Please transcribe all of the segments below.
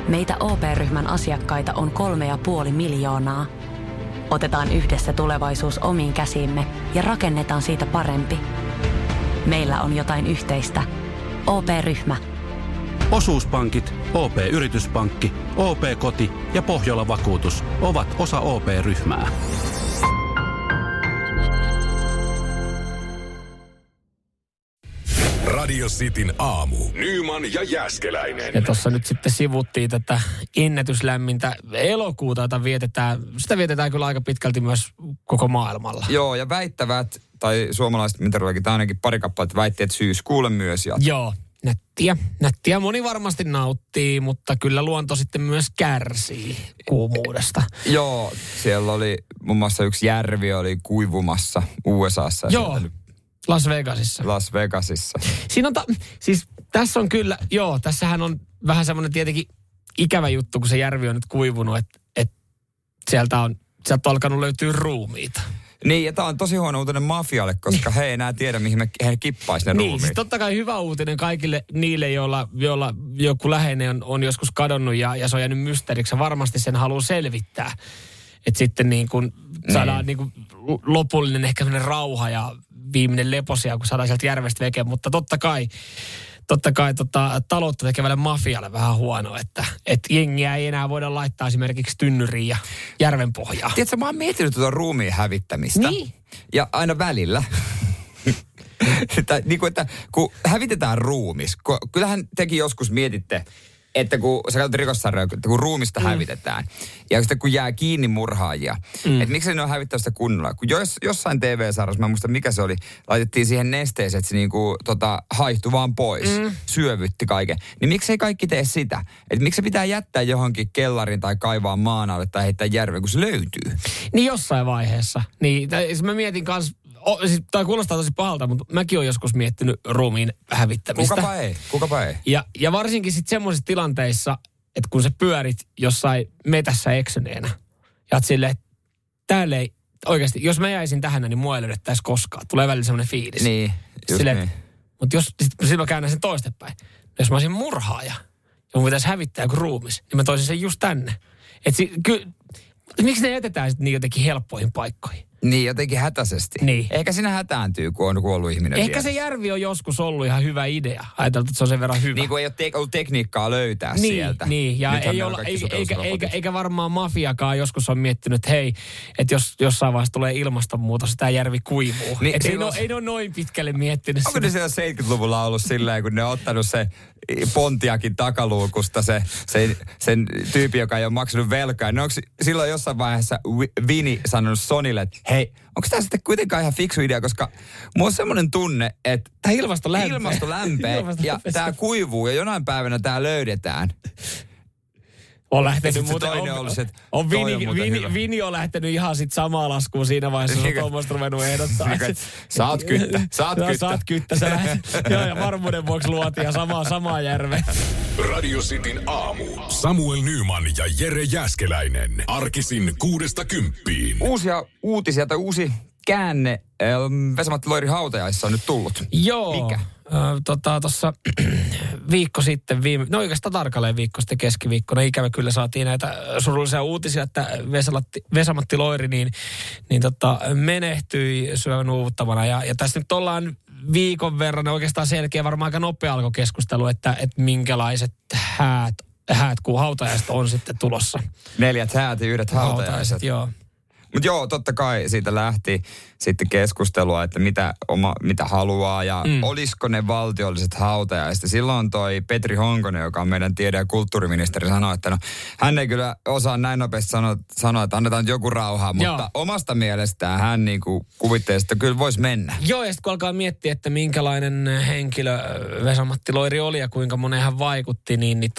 Meitä OP-ryhmän asiakkaita on 3,5 miljoonaa. Otetaan yhdessä tulevaisuus omiin käsiimme ja rakennetaan siitä parempi. Meillä on jotain yhteistä. OP-ryhmä. Osuuspankit, OP-yrityspankki, OP-koti ja Pohjola-vakuutus ovat osa OP-ryhmää. Radio Cityn aamu. Nyman ja Jääskeläinen. Ja tuossa nyt sitten sivuttiin tätä ennätyslämmintä elokuuta, jota sitä vietetään kyllä aika pitkälti myös koko maailmalla. Joo, ja väittävät, tai suomalaiset meteorologit ainakin pari kappaletta väitti, että syyskuulle myös jatkuu. Joo, nättiä moni varmasti nauttii, mutta kyllä luonto sitten myös kärsii kuumuudesta. Joo, siellä oli muun muassa yksi järvi oli kuivumassa USAssa. Joo. Las Vegasissa. Siinä on siis tässä on kyllä, tässähän on vähän semmoinen tietenkin ikävä juttu, kun se järvi on nyt kuivunut, että sieltä on alkanut löytyä ruumiita. Niin, ja tämä on tosi huono uutinen mafialle, koska he ei enää tiedä, mihin he kippaisi ne ruumiit. Niin, siis totta kai hyvä uutinen kaikille niille, joilla joku läheinen on joskus kadonnut ja se on jäänyt mysteeriksi. Varmasti sen haluaa selvittää. Että sitten niin kun saadaan niin kun lopullinen ehkä sellainen rauha ja viimeinen leposia, kun saadaan sieltä järvestä veke. Mutta totta kai taloutta tekevälle mafialle vähän huono, että jengiä ei enää voida laittaa esimerkiksi tynnyriin ja järven pohjaan. Tiedätkö, mä oon miettinyt tuota ruumiin hävittämistä. Niin. Ja aina välillä. että kun hävitetään ruumis, kyllähän tekin joskus mietitte, että kun sä katsot rikossarjoja, että kun ruumista hävitetään, ja sitten kun jää kiinni murhaajia, että miksi ne on hävittänyt sitä kunnolla? Kun jossain TV-sarjassa, mä en muista mikä se oli, laitettiin siihen nesteeseen, että se niinku, haihtui vaan pois, syövytti kaiken. Niin miksi ei kaikki tee sitä? Että miksi se pitää jättää johonkin kellarin tai kaivaa maan alle tai heittää järveen, kun se löytyy? Niin jossain vaiheessa. Niin, mä mietin kanssa, tämä kuulostaa tosi pahalta, mutta mäkin olen joskus miettinyt ruumiin hävittämistä. Kukapa ei. Ja varsinkin sitten semmoisissa tilanteissa, että kun sä pyörit jossain metässä eksyneenä, ja oot silleen, että täällä ei, oikeasti, jos mä jäisin tähän, niin mua ei löydettäisi koskaan. Tulee välillä semmoinen fiilis. Niin, just silleen, niin. Mutta sitten mä käännän sen toistepäin. Jos mä olisin murhaaja, ja mun pitäisi hävittää joku ruumis, niin mä toisin sen just tänne. Miksi ne jätetään sitten niin jotenkin helppoihin paikkoihin? Niin, jotenkin hätäisesti. Niin. Ehkä siinä hätääntyy, kun on kuollut ihminen. Ehkä se järvi on joskus ollut ihan hyvä idea. Ajateltu, että se on sen verran hyvä. Niin, kun ei ole ollut tekniikkaa löytää sieltä. Niin, ja eikä varmaan mafiakaan joskus on miettinyt, että hei, että jos jossain vaiheessa tulee ilmastonmuutos, tämä järvi kuivuu. Niin, ei ne ole noin pitkälle miettinyt. Onko ne siellä 70-luvulla ollut silleen, kun ne on ottanut se Pontiakin takaluukusta sen tyyppi, joka ei ole maksanut velkaa. No onko silloin jossain vaiheessa Vini sanonut Sonille, että hei, onko tämä sitten kuitenkaan ihan fiksu idea, koska mulla on semmoinen tunne, että tämä ilmasto lämpee ja tämä kuivuu ja jonain päivänä tämä löydetään. On lähtenyt muuten, Vini on lähtenyt ihan sit samaa laskuun siinä vaiheessa, kun Tuomas ruvennut ehdottaa. Saat kyttä. Sä lähdet, ja varmuuden vuoksi luotiin ja samaa järveä. Radio Cityn aamu. Samuel Nyman ja Jere Jääskeläinen. Arkisin 6–10. Uusia uutisia tai uusi käänne Vesa-Matti Loirin hautajaisissa on nyt tullut. Joo. Mikä? Tuossa viikko sitten, oikeastaan tarkalleen viikko sitten keskiviikkona, ikävä kyllä saatiin näitä surullisia uutisia, että Vesa-Matti Loiri menehtyi syövän uuvuttavana. Ja tässä nyt ollaan viikon verran oikeastaan selkeä, varmaan aika nopea alkoi keskustelu, että minkälaiset häät kun hautajaiset on sitten tulossa. 4 häät ja 1 hautajaiset. Joo. Mutta joo, totta kai siitä lähti sitten keskustelua, että mitä haluaa ja olisiko ne valtiolliset hautajaiset. Silloin toi Petri Honkonen, joka on meidän tiede- ja kulttuuriministeri, sanoi, että no, hän ei kyllä osaa näin nopeasti sanoa, että annetaan joku rauhaa, mutta omasta mielestään hän niinku kuvittelee, että kyllä voisi mennä. Joo, ja sitten kun alkaa miettiä, että minkälainen henkilö Vesa-Matti Loiri oli ja kuinka moneen hän vaikutti,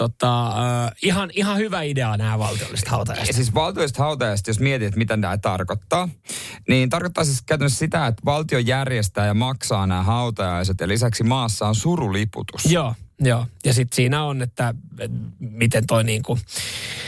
ihan hyvä idea nämä valtiolliset hautajaiset. Ja siis valtiolliset hautajaiset, jos mietit, että mitä nämä tarkoittaa, niin tarkoittaa siis käytännössä sitä, että valtio järjestää ja maksaa nämä hautajaiset ja lisäksi maassa on suruliputus. Joo. Ja sitten siinä on, että miten toi niinku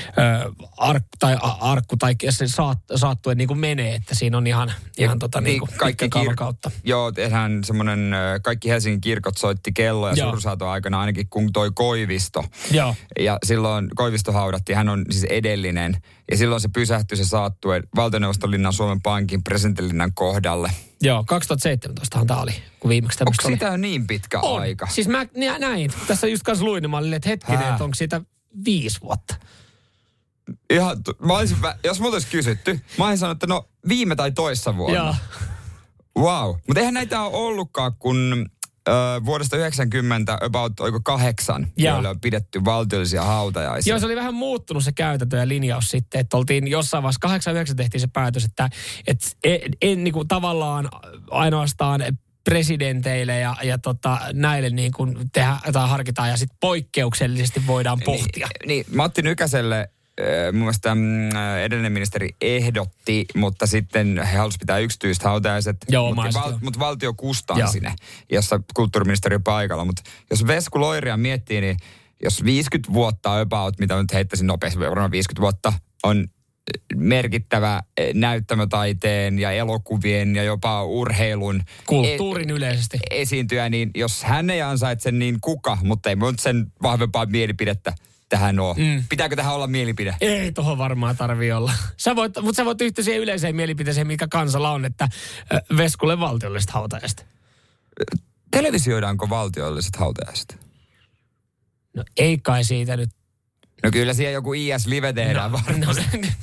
arkku tai se saattuen niin kuin menee, että siinä on ihan niin kuin kaikki kautta. Joo, tehdään semmoinen, kaikki Helsingin kirkot soitti kelloja surusaaton aikana ainakin kun toi Koivisto. Joo. Ja silloin Koivisto haudattiin, hän on siis edellinen. Ja silloin se pysähtyi se saattue valtioneuvoston linnan Suomen Pankin presidentinlinnan kohdalle. Joo, 2017han tämä oli, kun viimeksi tämmöistä oli. Onko sitä niin pitkä aika? Siis mä näin, tässä just kanssa luin, niin mä olin, että hetkinen, että onko siitä 5 vuotta. Ihan, jos multa olisi kysytty, mä olisin sanonut, että no viime tai toissa vuonna. Joo. Wow. Mutta eihän näitä ole ollutkaan, kun vuodesta 90 about oiko 8, joille on pidetty valtiollisia hautajaisia. Joo, se oli vähän muuttunut se käytäntö ja linjaus sitten, että oltiin jossain vaiheessa 8-9 tehtiin se päätös, että niin kuin tavallaan ainoastaan presidenteille ja näille niin kuin tehdä tai harkitaan ja sitten poikkeuksellisesti voidaan pohtia. Niin, Matti Nykäselle mun mielestä edellinen ministeri ehdotti, mutta sitten he halusivat pitää yksityiset hautajaiset, mutta valtio kustaa sinne, jossa kulttuuriministeri on paikalla. Mutta jos Vesku Loiria miettii, niin jos 50 vuotta about, mitä nyt heittäisin nopeasti, varmaan 50 vuotta, on merkittävä näyttämötaiteen ja elokuvien ja jopa urheilun kulttuurin yleisesti esiintyjä, niin jos hän ei ansaitse, niin kuka, mutta ei mun sen vahvempaa mielipidettä tähän ole. Pitääkö tähän olla mielipide? Ei tohon varmaan tarvii olla. Mutta sä voit yhtä siihen yleiseen mielipiteeseen, mikä kansalla on, että Veskulle valtiolliset hautajaiset. Televisioidaanko valtiolliset hautajaiset? No ei kai siitä nyt. No kyllä siellä joku IS-live tehdään varmasti.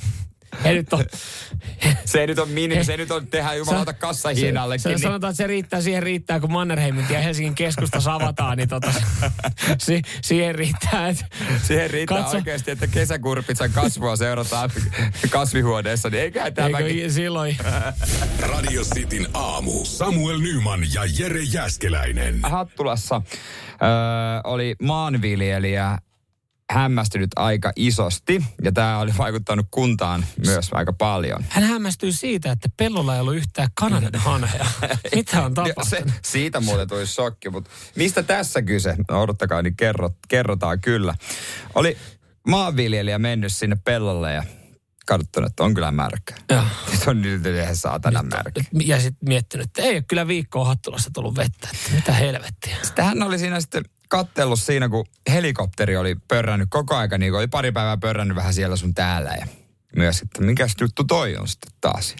Se nyt on tehdä jumalauta kassahiinallekin. Sanotaan, että siihen riittää, kun Mannerheimin ja Helsingin keskusta avataan, niin siihen riittää. Siihen riittää oikeasti, että kesäkurpitsan kasvua seurataan kasvihuoneessa, niin eiköhän tämäkin. Silloin. Radio Cityn aamu. Samuel Nyman ja Jere Jääskeläinen. Hattulassa oli maanviljelijä hämmästynyt aika isosti, ja tämä oli vaikuttanut kuntaan myös aika paljon. Hän hämmästyi siitä, että pellolla ei ollut yhtään Kanadan hanhea. Mitä on tapahtunut? Siitä muuten tuli shokki, mutta mistä tässä kyse? No, odottakaa, niin kerrotaan kyllä. Oli maanviljelijä mennyt sinne pellolle ja katsottanut, että on kyllä märkä. Se on nyt ihan saatana märkä. Ja sitten miettinyt, että ei ole kyllä viikkoa Hattulassa tullut vettä. Että mitä helvettiä. Sitten hän oli siinä sitten katsellut siinä, kun helikopteri oli pörrännyt koko aika, niin oli pari päivää pörrännyt vähän siellä sun täällä. Ja myös, että mikäs juttu toi on sitten taas.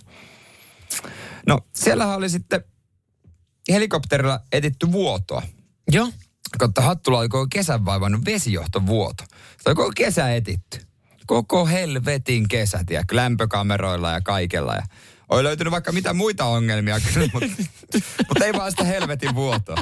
No, siellähän oli sitten helikopterilla etitty vuotoa. Joo. Koska Hattula oli koko kesän vaivannut vesijohtovuoto. Se oli koko kesä etitty. Koko helvetin kesä, tiedätkö, lämpökameroilla ja kaikella. Ja oli löytynyt vaikka mitä muita ongelmia kyllä, mutta ei vaan sitä helvetin vuotoa.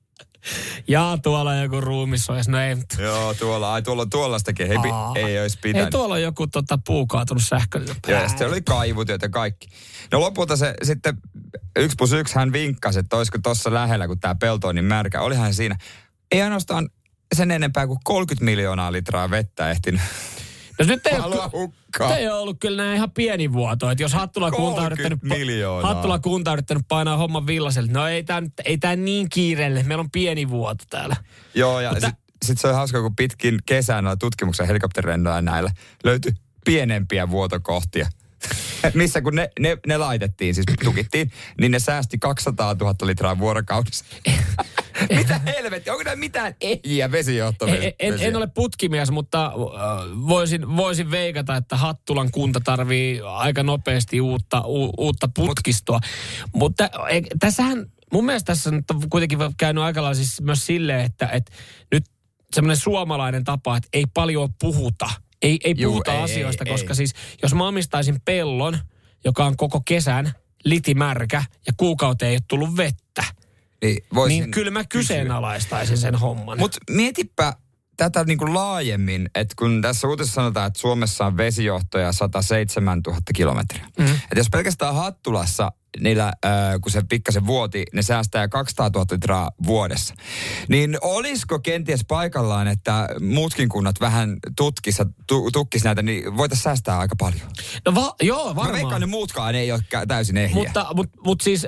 Ja tuolla joku ruumissojas, no ei. Joo, tuolla on tuollaistakin, ei olisi pitänyt. Ei tuolla on joku päältä kaatunut sähköllä. Joo, ja sitten oli kaivutyöt ja kaikki. No lopulta se sitten 1+1 hän vinkkasi, että olisiko tuossa lähellä, kun tämä pelto on niin märkä. Olihan siinä, ei ainoastaan sen enempää kuin 30 miljoonaa litraa vettä ehtinyt. No nyt ei ole ollut kyllä näin ihan pieni vuoto, että jos Hattula kunta on yrittänyt painaa homman villaselle, no ei tää niin kiireelle, meillä on pieni vuoto täällä. Joo, ja sitten se on hauska, kun pitkin kesänä tutkimuksen helikopterilennoilla näillä löytyi pienempiä vuotokohtia. Missä kun ne laitettiin, siis tukittiin, niin ne säästi 200 000 litraa vuorokaudessa. Mitä helvetti? Onko näin mitään ehjiä vesijohtovesiä? En ole putkimies, mutta voisin veikata, että Hattulan kunta tarvii aika nopeasti uutta putkistoa. Mutta tässähän, mun mielestä tässä on kuitenkin käynyt aika lailla siis myös silleen, että nyt semmoinen suomalainen tapa, että ei paljon puhuta. Ei puhuta asioista, koska siis jos mä omistaisin pellon, joka on koko kesän litimärkä ja kuukauteen ei ole tullut vettä, niin kyllä mä kyseenalaistaisin sen homman. Mutta mietipä tätä niin kuin laajemmin, että kun tässä uutisessa sanotaan, että Suomessa on vesijohtoja 107 000 kilometriä. Että jos pelkästään Hattulassa niillä, kun se pikkasen vuoti, ne säästää 200 000 litraa vuodessa. Niin olisiko kenties paikallaan, että muutkin kunnat vähän tukkis näitä, niin voitaisiin säästää aika paljon? No joo, varmaan. Mä veikkaan, ne muutkaan ei ole täysin ehjiä. Mutta siis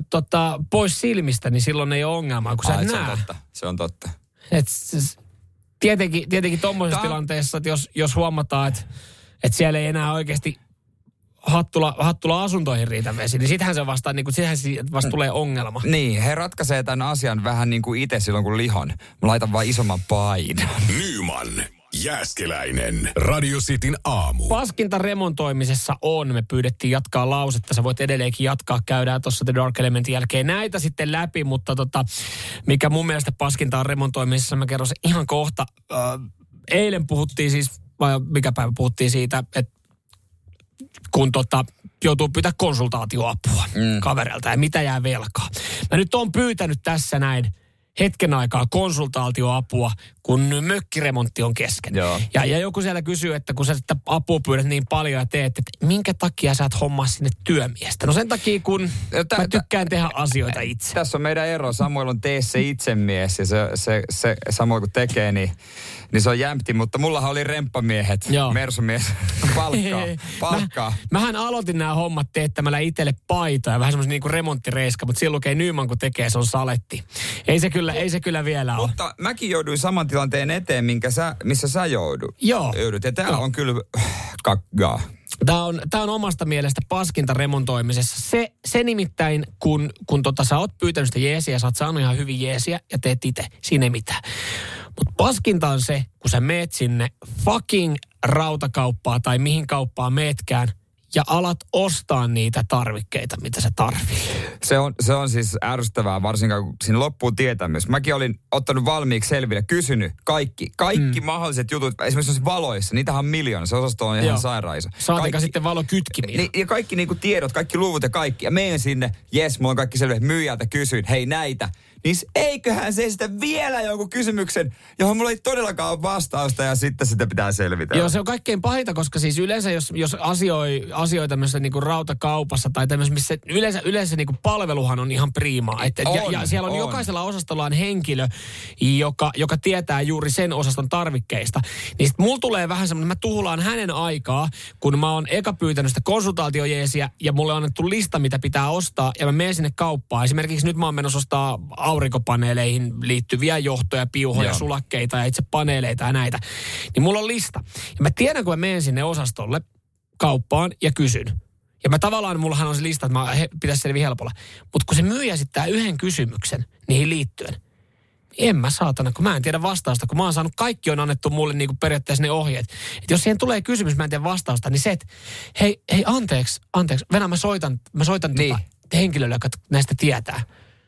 pois silmistä, niin silloin ei ole ongelmaa, kun sä et näe. Se on totta. Tietenkin tuommoisessa tilanteessa, että jos huomataan, että siellä ei enää oikeasti Hattula asuntoihin riitä vesi, niin sitähän se vasta tulee ongelma. Niin, he ratkaisee tämän asian vähän niin kuin itse silloin kun lihon. Mä laitan vaan isomman painon. Nyman, Jääskeläinen, Radio Cityn aamu. Paskinta remontoimisessa on. Me pyydettiin jatkaa lausetta. Sä voit edelleenkin jatkaa. Käydään tuossa The Dark Elementin jälkeen näitä sitten läpi, mutta mikä mun mielestä paskinta on remontoimisessa, mä kerron se ihan kohta. Eilen puhuttiin siis, vai mikä päivä puhuttiin siitä, että kun joutuu pyytää konsultaatioapua kavereilta ja mitä jää velkaa. Mä nyt oon pyytänyt tässä näin hetken aikaa konsultaatioapua, kun mökkiremontti on kesken. Ja joku siellä kysyy, että kun sä sitä apua pyydät niin paljon ja teet, että minkä takia sä et hommaa sinne työmiestä? No sen takia, kun mä tykkään tehdä asioita itse. Tässä on meidän ero. Samuel on tee se itsemies ja se Samuel kun tekee, niin se on jämpti. Mutta mullahan oli remppamiehet, mersumies, palkkaa. Mähän aloitin nämä hommat teettämällä itselle paitaa ja vähän semmoisen niin kuin remonttireiska, mutta silloin ei Nyman kun tekee, se on saletti. Ei se kyllä vielä ole. Mutta mäkin jouduin saman tilanteen eteen, missä sä joudut. Ja täällä on kyllä kakkaa. Tämä on omasta mielestä paskinta remontoimisessa. Se nimittäin, kun sä oot pyytänyt sitä jeesiä, sä oot saanut ihan hyvin jeesiä ja teet itse, siinä ei mitään. Mutta paskinta on se, kun sä meet sinne fucking rautakauppaa tai mihin kauppaan meetkään ja alat ostaa niitä tarvikkeita, mitä sä tarvitset. Se on siis ärsyttävää, varsinkaan kun siinä loppuu tietämys. Mäkin olin ottanut valmiiksi selville, kysynyt kaikki mahdolliset jutut, esimerkiksi valoissa, niitähän on miljoona, se osasto on ihan sairaisa. Saatika sitten valokytkimiä. Ja kaikki niinku tiedot, kaikki luvut ja kaikki. Ja menen sinne, mulla on kaikki selville, myyjältä kysyin, hei näitä. Niin eiköhän se sitä vielä jonkun kysymyksen, johon mulla ei todellakaan ole vastausta ja sitten sitä pitää selvitellä. Joo, se on kaikkein pahinta, koska siis yleensä jos asioi tämmöisessä niinku rautakaupassa tai tämmöisessä, missä yleensä niinku palveluhan on ihan priimaa. Ja siellä on jokaisella osastolla on henkilö, joka tietää juuri sen osaston tarvikkeista. Niin sit mulla tulee vähän semmoinen, mä tuhlaan hänen aikaa, kun mä oon eka pyytänyt sitä konsultaatiojeesiä ja mulle on annettu lista, mitä pitää ostaa ja mä menen sinne kauppaan. Esimerkiksi nyt mä oon menossa ostaa aurinkopaneeleihin liittyviä johtoja, piuhoja, sulakkeita ja itse paneeleita ja näitä. Niin mulla on lista. Ja mä tiedän, kun mä menen sinne osastolle kauppaan ja kysyn. Ja mä tavallaan, mullahan on se lista, että pitäisi selviä helpolla. Mutta kun se myyjä esittää yhden kysymyksen niihin liittyen, niin en mä saatana, kun mä en tiedä vastausta, kun mä oon saanut, kaikki on annettu mulle niinku periaatteessa ne ohjeet. Että jos siihen tulee kysymys, mä en tiedä vastausta, niin se, että hei, anteeksi, Venä, mä soitan niin. Henkilölle, joka näistä tietää.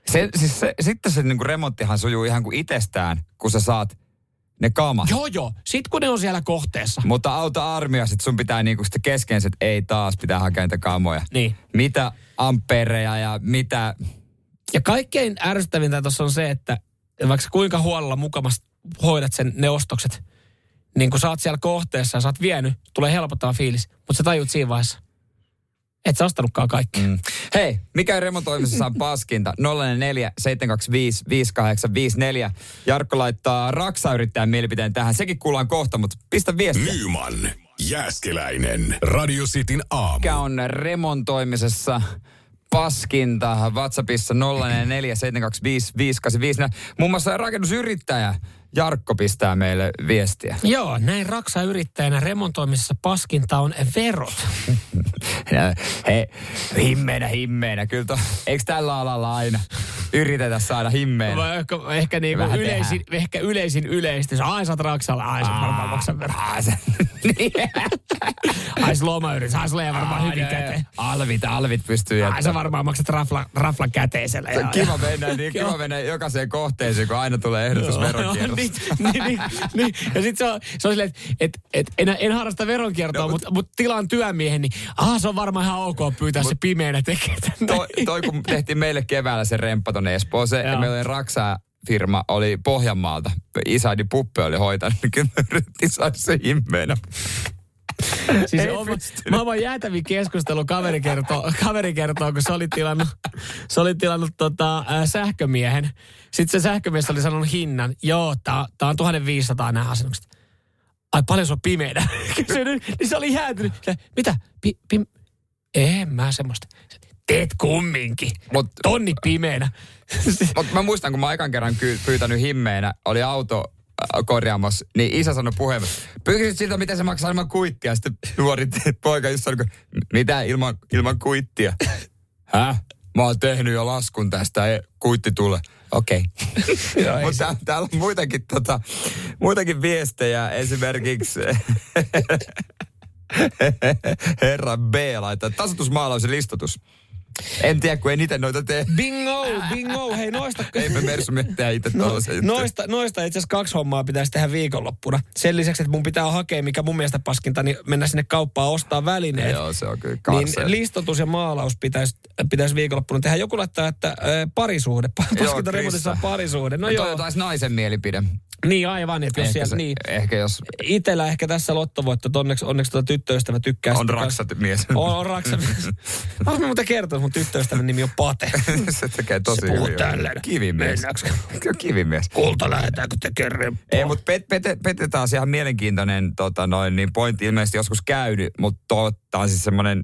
Sitten se niinku remonttihan sujuu ihan kuin itsestään, kun sä saat ne kamat. Joo. Sitten kun ne on siellä kohteessa. Mutta auta armias, että sun pitää niinku sitten kesken, että ei taas pitää hakea niitä kamoja. Niin. Mitä ampereja ja mitä... Ja kaikkein ärsyttävintä tuossa on se, että vaikka kuinka huolella mukamassa hoidat ne ostokset, niin kun sä oot siellä kohteessa ja sä oot vienyt, tulee helpottava fiilis. Mutta sä tajut siinä vaiheessa. Et sä ostanutkaan kaikkea. Hei, mikä remontoimisessa on paskinta? 044 725 5854. Jarkko laittaa Raksa-yrittäjän mielipiteen tähän. Sekin kuullaan kohta, mutta pistä viestiä. Nyman, Jääskeläinen, Radio Cityn aamu. Mikä on remontoimisessa paskinta? WhatsAppissa 044 725 5854. Muun muassa rakennusyrittäjä Jarkko pistää meille viestiä. Joo, näin Raksa-yrittäjänä remontoimisessa paskinta on verot. Hei, himmeenä. Kyllä eikö tällä alalla aina yritetä saada himmeenä? Ehkä niinku yleisin yleistys. Ai sä oot Raksalla, ai sä varmaan maksan verot. Ai sä lomayritys, ai sulla ei varmaan hyvin käteen. Alvit pystyy jättämään. Ai sä varmaan maksat raflan käteisellä. Se on kiva mennä jokaiseen kohteeseen, kun aina tulee ehdotus veronkierrosta. Niin. Ja sit se on silleen, että en harrasta veronkiertoa, mutta tilaan työmiehen, niin se on varmaan ihan ok pyytää se pimeänä tekemään. Toi kun tehtiin meille keväällä se remppa tonne Espooseen, ja meillä oli Raksa-firma, oli Pohjanmaalta. Isäni Puppe oli hoitanut, niin kyllä yritettiin saada se himmeenä. Siis mä oon jäätävin keskustelu, kaveri kertoo, kun se oli tilannut sähkömiehen. Sitten se sähkömies oli sanonut hinnan. Joo, tää on 1500 nämä asennukset. Ai paljon se on pimeänä. Niin se oli jäätynyt. Mitä? En mä semmoista. Teet kumminkin. Tonni pimeänä. Mutta mä muistan, kun mä ekan kerran pyytänyt himmeenä, oli auto korjaamassa, niin isä sanoi puhelimessa, kysyt siltä, miten se maksaa ilman kuittia. Sitten nuori poika just sanoi, mitä ilman kuittia? Häh? Mä oon tehnyt jo laskun tästä, kuitti tulee. Okei. Okay. Mutta täällä on muitakin viestejä. Esimerkiksi herra B laittaa tasoitusmaalaus ja listotus. En tiedä, kun en itse noita tee. Bingo. Hei, noista. Ei me Mersu tehdä itse tuollaisia juttuja. Noista itse asiassa 2 hommaa pitäisi tehdä viikonloppuna. Sen lisäksi, että mun pitää hakea, mikä mun mielestä paskinta, niin mennä sinne kauppaan ostaa välineet. Joo, se on kyllä niin listotus ja maalaus pitäisi viikonloppuna tehdä. Joku laittaa, että parisuhde. Paskinta remontissa on parisuhde. No joo. Toi taisi naisen mielipide. Niin aivan, että jos siellä niin. Ehkä jos... Itellä ehkä tässä lottovoitto, että onneksi tyttöystävä tykkää. On raksamies. On raksamies. Mä muuten kertonut, mun tyttöystävän nimi on Pate. Se tekee tosi hyvin. Se puhuu tälleen. Kivimies. Kivimies. Kulta lähdetäänkö tekemään remppua? Ei, mutta Pete taas ihan mielenkiintoinen niin pointti ilmeisesti joskus käynyt, mutta toivottaa siis semmoinen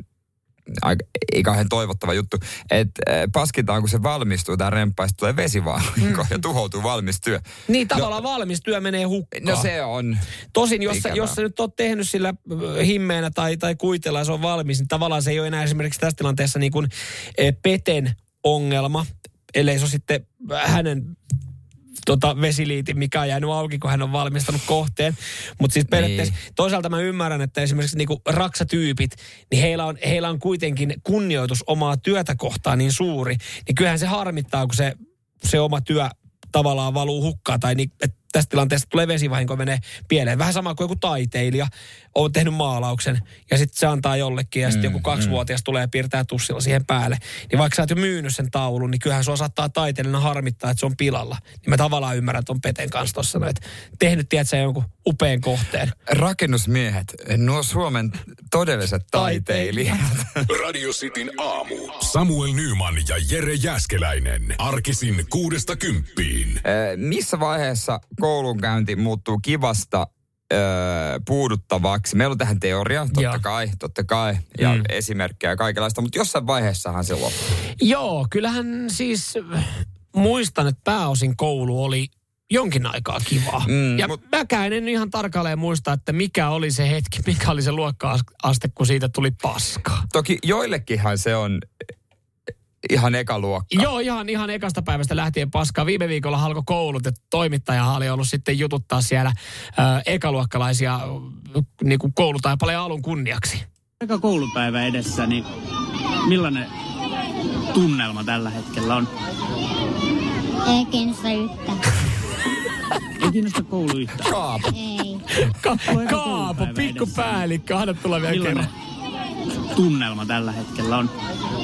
ei kauhean toivottava juttu, että paskitaan, kun se valmistuu, tämä remppa, tulee vesivahinko ja tuhoutuu valmis työ. Niin, tavallaan valmis työ menee hukkaan. No se on. Tosin, jos sä nyt oot tehnyt sillä himmeenä tai kuitella ja se on valmis, niin tavallaan se ei ole enää esimerkiksi tässä tilanteessa niin kuin Peten ongelma, ellei se ole sitten hänen vesiliitin, mikä on jäänyt auki, kun hän on valmistanut kohteen. Mutta siis periaatteessa toisaalta mä ymmärrän, että esimerkiksi niinku raksatyypit, niin heillä on kuitenkin kunnioitus omaa työtä kohtaan niin suuri. Niin kyllähän se harmittaa, kun se oma työ tavallaan valuu hukkaan tai niin, että tästä tilanteesta tulee vesivahinko, menee pieleen. Vähän sama kuin joku taiteilija on tehnyt maalauksen ja sitten se antaa jollekin ja sitten joku 2-vuotias tulee ja piirtää tussilla siihen päälle. Niin vaikka sä oot jo myynyt sen taulun, niin kyllähän sua saattaa taiteilijana harmittaa, että se on pilalla. Niin mä tavallaan ymmärrän ton Peten kanssa tossa, että tehnyt, tiedätkö, jonkun upean kohteen. Rakennusmiehet, nuo Suomen todelliset taiteilijat. Radio Cityn aamu. Samuel Nyman ja Jere Jääskeläinen. Arkisin 6–10. Missä vaiheessa koulunkäynti muuttuu kivasta puuduttavaksi? Meillä on tähän teoria, totta kai, ja esimerkkejä ja kaikenlaista, mutta jossain vaiheessahan se loppuu. Joo, kyllähän siis muistan, että pääosin koulu oli jonkin aikaa kivaa. Ja mäkään en ihan tarkalleen muista, että mikä oli se hetki, mikä oli se luokka-aste, kun siitä tuli paskaa. Toki joillekinhan se on ihan eka luokka. Joo, ihan ekasta päivästä lähtien paskaa. Viime viikolla alkoi koulut, että toimittaja oli ollut sitten jututtaa siellä ekaluokkalaisia niin kuin koulutaipaleen alun kunniaksi. Eka koulupäivä edessä, niin millainen tunnelma tällä hetkellä on? Ei kiinnosta yhtään. Ei kiinnosta koulu yhtään? Kaapo. Ei. Kaapo, pikkupäällikkö, anna tulla vielä kerran. Tunnelma tällä hetkellä on?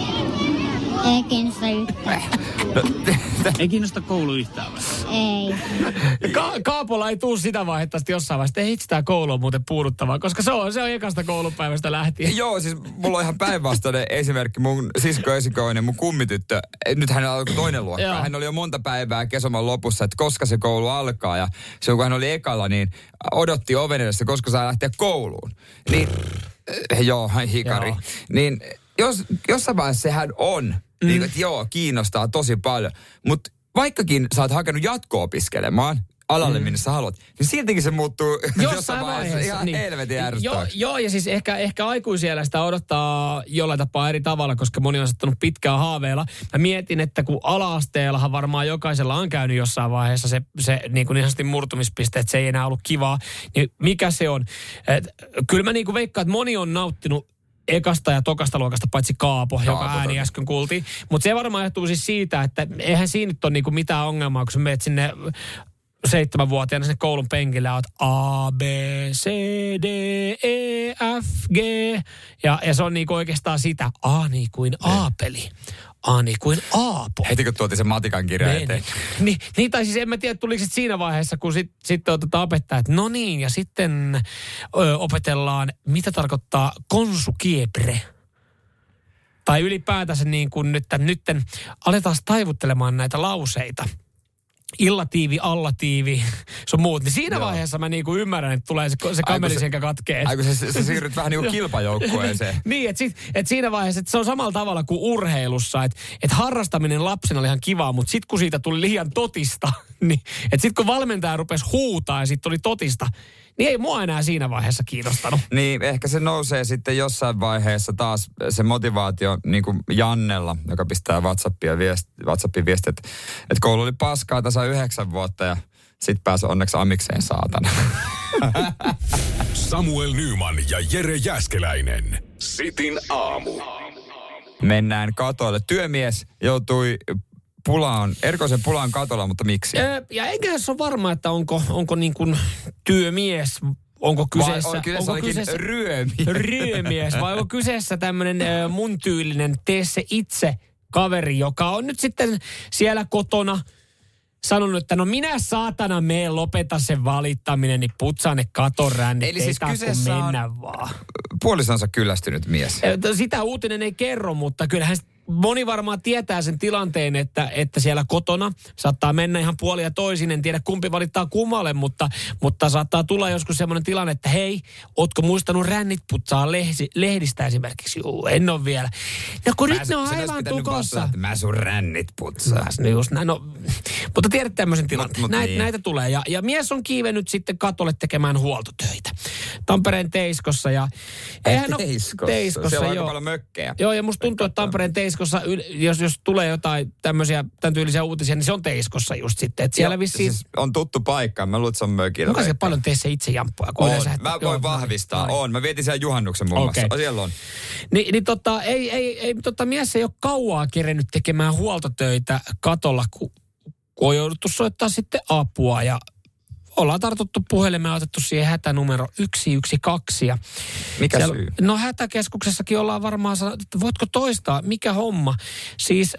Ei kiinnosta yhtään. Ei kiinnosta koulu yhtään vai? Ei. Kaapolla ei tule sitä vaihetta jossain vaiheessa. Ei itse tämä koulu on muuten puuduttavaa, koska se on ekasta koulupäivästä lähtien. Joo, siis mulla on ihan päinvastainen esimerkki. Mun sisko-esikoinen, mun kummityttö, nyt hän alkoi toinen luokka. Joo. Hän oli jo monta päivää kesäloman lopussa, että koska se koulu alkaa. Ja se kun hän oli ekalla, niin odotti oven edessä, koska saa lähteä kouluun. Niin, joo, hikari. Joo. Niin jossain vaiheessa sehän on. Niin, että joo, kiinnostaa tosi paljon. Mutta vaikkakin sä oot hakenut jatko-opiskelemaan alalle, minne sä haluat, niin siltikin se muuttuu jossain vaiheessa ihan helvetin ärsyttäväksi. Joo, ja siis ehkä aikuisiellä sitä odottaa jollain tapaa eri tavalla, koska moni on sattunut pitkään haaveilla. Mä mietin, että kun ala-asteellahan varmaan jokaisella on käynyt jossain vaiheessa se niin kuin ihan murtumispiste, että se ei enää ollut kivaa, niin mikä se on? Kyllä mä niin kuin veikkaan, että moni on nauttinut ekasta ja tokasta luokasta, paitsi Kaapo, joka ääni äsken kuultiin. Mutta se varmaan johtuu siis siitä, että eihän siinä nyt ole niinku mitään ongelmaa, kun sä menet sinne 7-vuotiaana sinne koulun penkille ja oot A, B, C, D, E, F, G. Ja se on niinku oikeastaan sitä A niin kuin Aapeli. A niin kuin Aapo. Heti kun tuotiin sen matikan kirja eteen. Niin, tai siis en mä tiedä, tuliko sit siinä vaiheessa, kun sitten opettaa, että no niin, ja sitten opetellaan, mitä tarkoittaa konsukiebre. Tai ylipäätänsä niin kuin nyt aletaan taivuttelemaan näitä lauseita. illatiivi, allatiivi, sun muut. Niin siinä vaiheessa mä niinku ymmärrän, että tulee se kamelisenkä katkee. Aiku sä siirryt vähän niinku kilpajoukkueeseen. Niin, että siinä vaiheessa, että se on samalla tavalla kuin urheilussa, että harrastaminen lapsena oli ihan kivaa, mutta sitten kun siitä tuli liian totista, niin että sitten kun valmentaja rupesi huutaa ja sitten tuli totista, niin ei mua enää siinä vaiheessa kiinnostanut. Niin, ehkä se nousee sitten jossain vaiheessa taas se motivaatio niin kuin Jannella, joka pistää WhatsAppin viestiä, että koulu oli paskaa tasa 9 vuotta ja sit pääsi onneksi amikseen saatana. Samuel Nyman ja Jere Jääskeläinen. Sitin aamu. Mennään katolle. Työmies joutui erikoisen pulaan katolla, mutta miksi? Ja enkä se ole varma, että onko niin kuin työmies, onko kyseessä ryömies, vai onko kyseessä tämmöinen mun tyylinen tee se itse kaveri, joka on nyt sitten siellä kotona sanonut, että no minä saatana lopeta sen valittaminen, niin putsaa ne katorännit. Eli siis kyseessä on mennä vaan. Puolisonsa kyllästynyt mies. Sitä uutinen ei kerro, mutta kyllähän moni varmaan tietää sen tilanteen, että siellä kotona saattaa mennä ihan puoli ja toisin. En tiedä kumpi valittaa kummalle, mutta saattaa tulla joskus semmoinen tilanne, että hei, ootko muistanut rännit putsaa lehdistä esimerkiksi? Juu, en ole vielä. No kun nyt ne on aivan tukossa. Mä sun rännit putsaa. Just näin. No, mutta tiedät tämmöisen tilanteen. Näitä tulee. Ja mies on kiivennyt sitten katolle tekemään huoltotöitä. Tampereen Teiskossa. Ja Teiskossa, siellä on joo. aika paljon mökkejä. Joo, ja musta tuntuu, että Tampereen Teiskossa, jos tulee jotain tämmöisiä, tämän tyylisiä uutisia, niin se on Teiskossa just sitten. Että siellä vissiin siis on tuttu paikka. Mä luulen, että se on mökillä. Onko se paljon tee se itse jamppoja? Mä voin vahvistaa. On. Mä vietin siellä juhannuksen muun muassa. Siellä on. Mies ei ole kauaa kerennyt tekemään huoltotöitä katolla, kun on jouduttu soittaa sitten apua ja ollaan tartuttu puhelimeen ja otettu siihen hätänumero 112. Ja mikä syy? No hätäkeskuksessakin ollaan varmaan sanottu, että voitko toistaa, mikä homma. Siis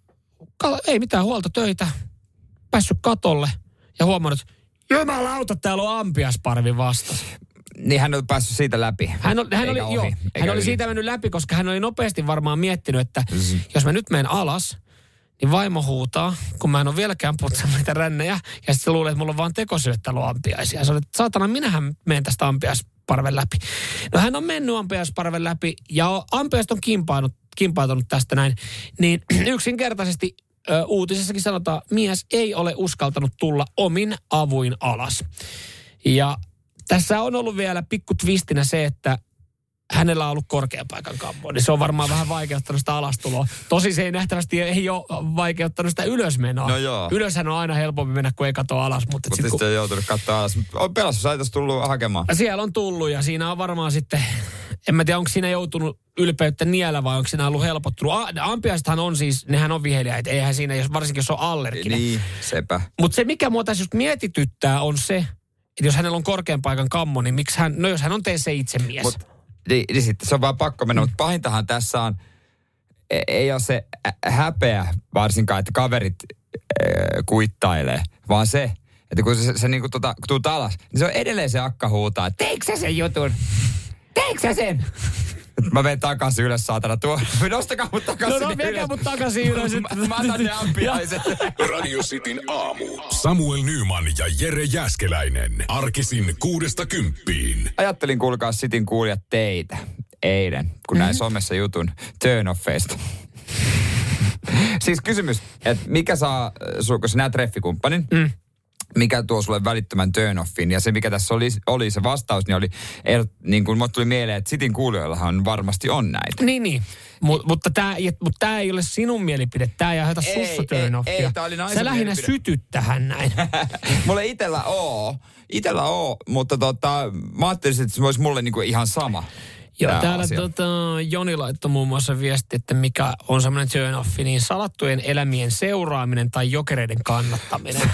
ei mitään huoltotöitä, päässyt katolle ja huomannut, jumalauta, täällä on ampiasparvi vastasi. Niin hän on päässyt siitä läpi. Hän oli siitä mennyt läpi, koska hän oli nopeasti varmaan miettinyt, että jos mä nyt menen alas, niin vaimo huutaa, kun mä en ole vieläkään putsannut niitä rännejä, ja sitten se luulee, että mulla on vaan tekosyöttänyt ampiaisia. Se oli, että saatana, minähän menen tästä ampiaisparven läpi. No hän on mennyt ampiaisparven läpi, ja ampiaiset on kimpautunut tästä näin. Niin yksinkertaisesti uutisessakin sanotaan, mies ei ole uskaltanut tulla omin avuin alas. Ja tässä on ollut vielä pikku twistinä se, että hänellä on ollut korkean paikan kammo, niin se on varmaan vähän vaikeuttanut sitä alastuloa. Tosi se ei nähtävästi ei ole vaikeuttanut sitä ylösmenoa. No joo. Ylöshän on aina helpompi mennä, kun ei katoa alas. Mutta sitten ei joutunut katsoa alas. Pelastuslaitos tullut hakemaan. Siellä on tullut ja siinä on varmaan sitten, en mä tiedä onko siinä joutunut ylpeyttä niellä vai onko siinä ollut helpottunut. Ampiaisethan on siis, nehän on viheliäitä. Eihän siinä, varsinkin jos on allerginen. Niin, sepä. Mutta se mikä mua tässä just mietityttää on se, että jos hänellä on korkean paikan kammo, niin miksi jos hän on tee se itse mies. Niin sitten se on vaan pakko mennä, mutta pahintahan tässä on, ei ole se häpeä varsinkaan, että kaverit kuittailee, vaan se, että kun se niin kuin kun tuut alas, niin se on edelleen se akka huutaa, että teikö sä sen jutun? Teikö sä sen? Mä menen takaisin ylös, saatana. Nostakaa mut takaisin ylös. No viekää mut takaisin ylös. Mä otan ne ampiaiset. Radio Cityn aamu. Samuel Nyman ja Jere Jääskeläinen. Arkisin 6–10. Ajattelin kuulkaa Cityn kuulijat teitä eilen, kun näin somessa jutun turn-offeista. Siis kysymys, että mikä saa, kun sä näet treffikumppanin, mikä tuo sulle välittömän turn-offin. Ja se, mikä tässä oli se vastaus, niin oli, niin kuin mulle tuli mieleen, että Cityn kuulijoillahan varmasti on näitä. Niin. Mutta tämä ei ole sinun mielipide. Tämä ei aiheuta sussa turn-offia. Ei, tämä oli naisen sä lähinnä mielipide. sytyt tähän näin. Mulle itellä oo, mutta mä ajattelin, että se olisi mulle niinku ihan sama. Joo, täällä Joni laittoi muun muassa viesti, että mikä on semmoinen turn-offi, niin salattujen elämien seuraaminen tai jokereiden kannattaminen.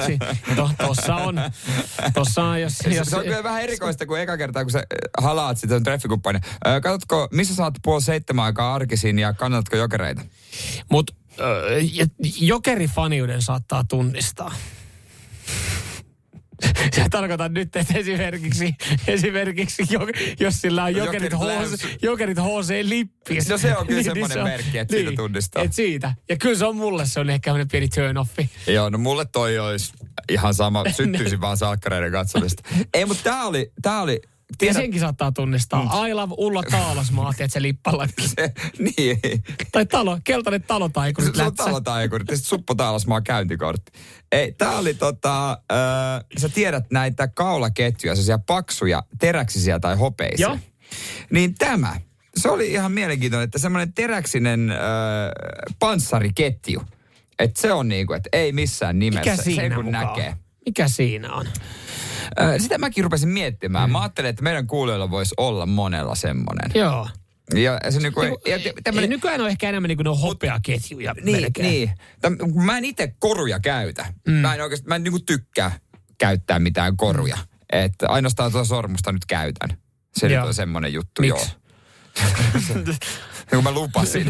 Tossa on, jos... Se on kyllä vähän erikoista, kun eka kertaa, kun sä halaat sitä treffikumppania. Katsotko, missä sä oot 6:30 aikaa arkisin ja kannatatko jokereita? Mutta jokerifaniuden saattaa tunnistaa. Se tarkoitan nyt, että esimerkiksi jos sillä on Jokerit HC-lippi. No se on kyllä semmoinen merkki, että siitä tunnistaa. Että siitä. Ja kyllä se on mulle, se on ehkä semmoinen pieni turn-offi. Joo, no mulle toi olisi ihan sama. Syttyisin vaan salkkareiden katsomista. Ei, mutta tää oli ja senkin saattaa tunnistaa. I love Ulla Taalasmaat, että se lippalla. Niin. Tai keltainen talotaikurit lätsä. Se on talotaikurit ja sitten Suppo Taalasmaa käyntikortti. Ei, tää oli sä tiedät näitä kaulaketjuja, sellaisia paksuja, teräksisiä tai hopeisia. Joo. Niin se oli ihan mielenkiintoinen, että semmoinen teräksinen panssariketju. Että se on niinku, että ei missään nimessä. Mikä siinä se kun näkee. Mikä siinä on? Sitä mäkin rupesin miettimään. Mä ajattelin, että meidän kuulijoilla voisi olla monella semmoinen. Joo. Ja se niinku, ei nykyään on ehkä enemmän niinku hopeaketjuja. Niin. Mä en itse koruja käytä. Mä en niinku tykkää käyttää mitään koruja. Että ainoastaan tuota sormusta nyt käytän. Se nyt on semmoinen juttu. Miksi? Kun mä lupasin.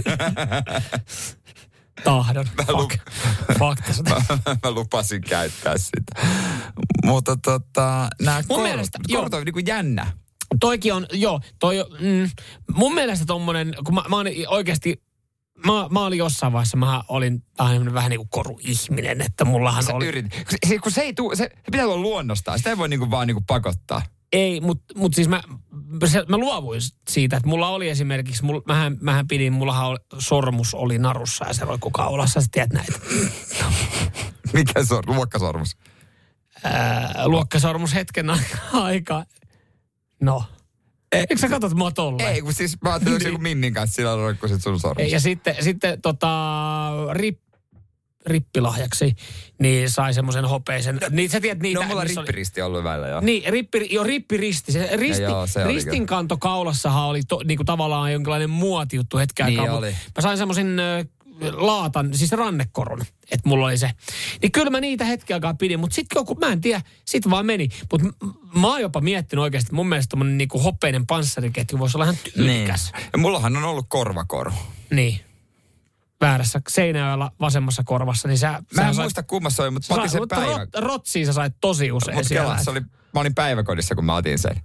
Tahdon. Fakta. Mä lupasin käyttää sitä. Mutta nämä korut on niinku jännä. Toikin on, mun mielestä tommonen, kun mä oon oikeasti, mä olin jossain vaiheessa, mä olin vähän niin kuin koruihminen, että mullahan oli. Kun se pitää olla luonnostaan, sitä ei voi niinku vaan niinku pakottaa. Ei, mut siis mä luovuin siitä, että mulla oli esimerkiksi, mullahan sormus oli narussa ja se roikkui kaulassa, sä tiedät näitä. Mikä luokkasormus? Luokkasormus hetken aikaa. No. Eikö sä katsot mua tolleen? Ei, kun siis mä ajattelin, että joku Mimmin kanssa sillä roikkuisit sun sormus. Ja sitten rippilahjaksi, niin sai semmoisen hopeisen. Niin sä tiedät niitä. No mulla rippiristi ollut välillä, joo. Niin, rippiristi. Se ristinkanto kaulassahan oli niinku tavallaan jonkinlainen muotijuttu hetken aikaa. Niin oli. Mä sain semmoisen laatan, siis rannekorun, että mulla oli se. Niin kyllä mä niitä hetken aikaa pidin, mutta sitten joku, mä en tiedä, sit vaan meni. Mutta mä oon jopa miettinyt oikeasti, mun mielestä tommonen niinku hopeinen panssariketju voisi olla ihan tyylikäs. Niin. Ja mullahan on ollut korvakoru. Niin. Väärässä Seinäjoella vasemmassa korvassa, niin mä en muista kummassa oli, mutta mä otin sen päivän. Rotsiin sä sait tosi usein siellä. Mä olin päiväkodissa, kun mä otin sen.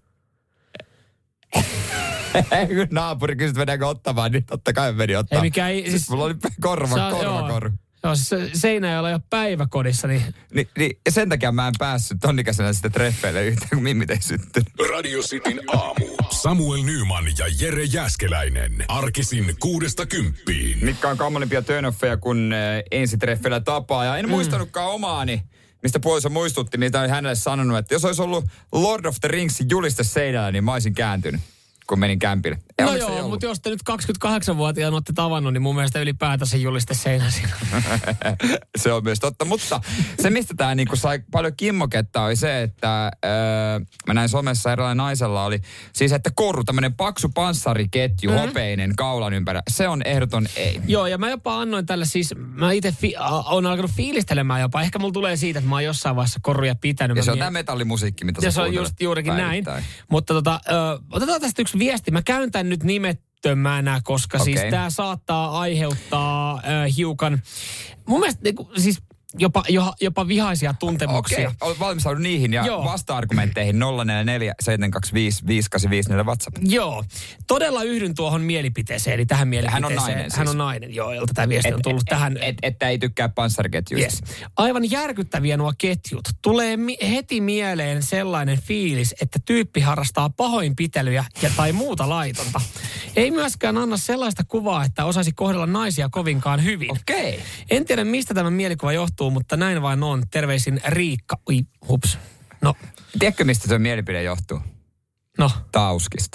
Kun naapuri kysyi, meneekö ottamaan, niin totta kai meni ottaa. Siis mulla oli korvakoru. Joo, siis Seinäjoella jo päiväkodissa, niin... Niin, sen takia mä en päässyt tonnikäisenä sitten treffeille yhtään, kun Mimmit ei syttynyt. Radio Cityn aamu. Samuel Nyman ja Jere Jääskeläinen. Arkisin 6–10. Mitkä on kammalimpia turn-offeja, kun ensitreffeillä tapaa. Ja en muistanutkaan omaani, mistä puoliso muistutti, mitä oli hänelle sanonut, että jos olisi ollut Lord of the Ringsin juliste seinällä, niin mä olisin kääntynyt, kun menin kämpille. No joo, mutta jos te nyt 28-vuotiaana olette tavannut, niin mun mielestä ylipäätänsä juliste seinä siinä. Se on myös totta, mutta se mistä tää niinku sai paljon kimmoketta oli se, että mä näin somessa erilainen naisella oli, siis että koru, tämmönen paksu panssariketju, hopeinen kaulan ympärillä, se on ehdoton ei. Joo, ja mä jopa annoin tälle siis, mä itse on alkanut fiilistelemään jopa, ehkä mulla tulee siitä, että mä oon jossain vaiheessa koruja pitänyt. Ja se on tää metallimusiikki, mitä ja se on juurikin päivittäin. Näin, mutta otetaan tästä yksi viesti, mä käyn tän nyt nimettömänä, koska siis tää saattaa aiheuttaa hiukan, mun mielestä siis jopa vihaisia tuntemuksia. Okei, olet valmistaudut niihin ja vasta-argumentteihin 044 725 5854 WhatsApp. Joo, todella yhdyn tuohon mielipiteeseen, eli tähän mielipiteeseen. Hän on nainen siis. Hän on nainen, joo, jolta tämä viesti on tullut tähän. Että ei tykkää panssariketjuista. Yes. Aivan järkyttäviä nuo ketjut. Tulee heti mieleen sellainen fiilis, että tyyppi harrastaa pahoinpitelyjä tai muuta laitonta. Ei myöskään anna sellaista kuvaa, että osaisi kohdella naisia kovinkaan hyvin. Okei. En tiedä, mistä tämä mielikuva johtuu, mutta näin vain on. Terveisin Riikka. Ui, hups. No. Tiedätkö, mistä se mielipide johtuu? No. Tauskista.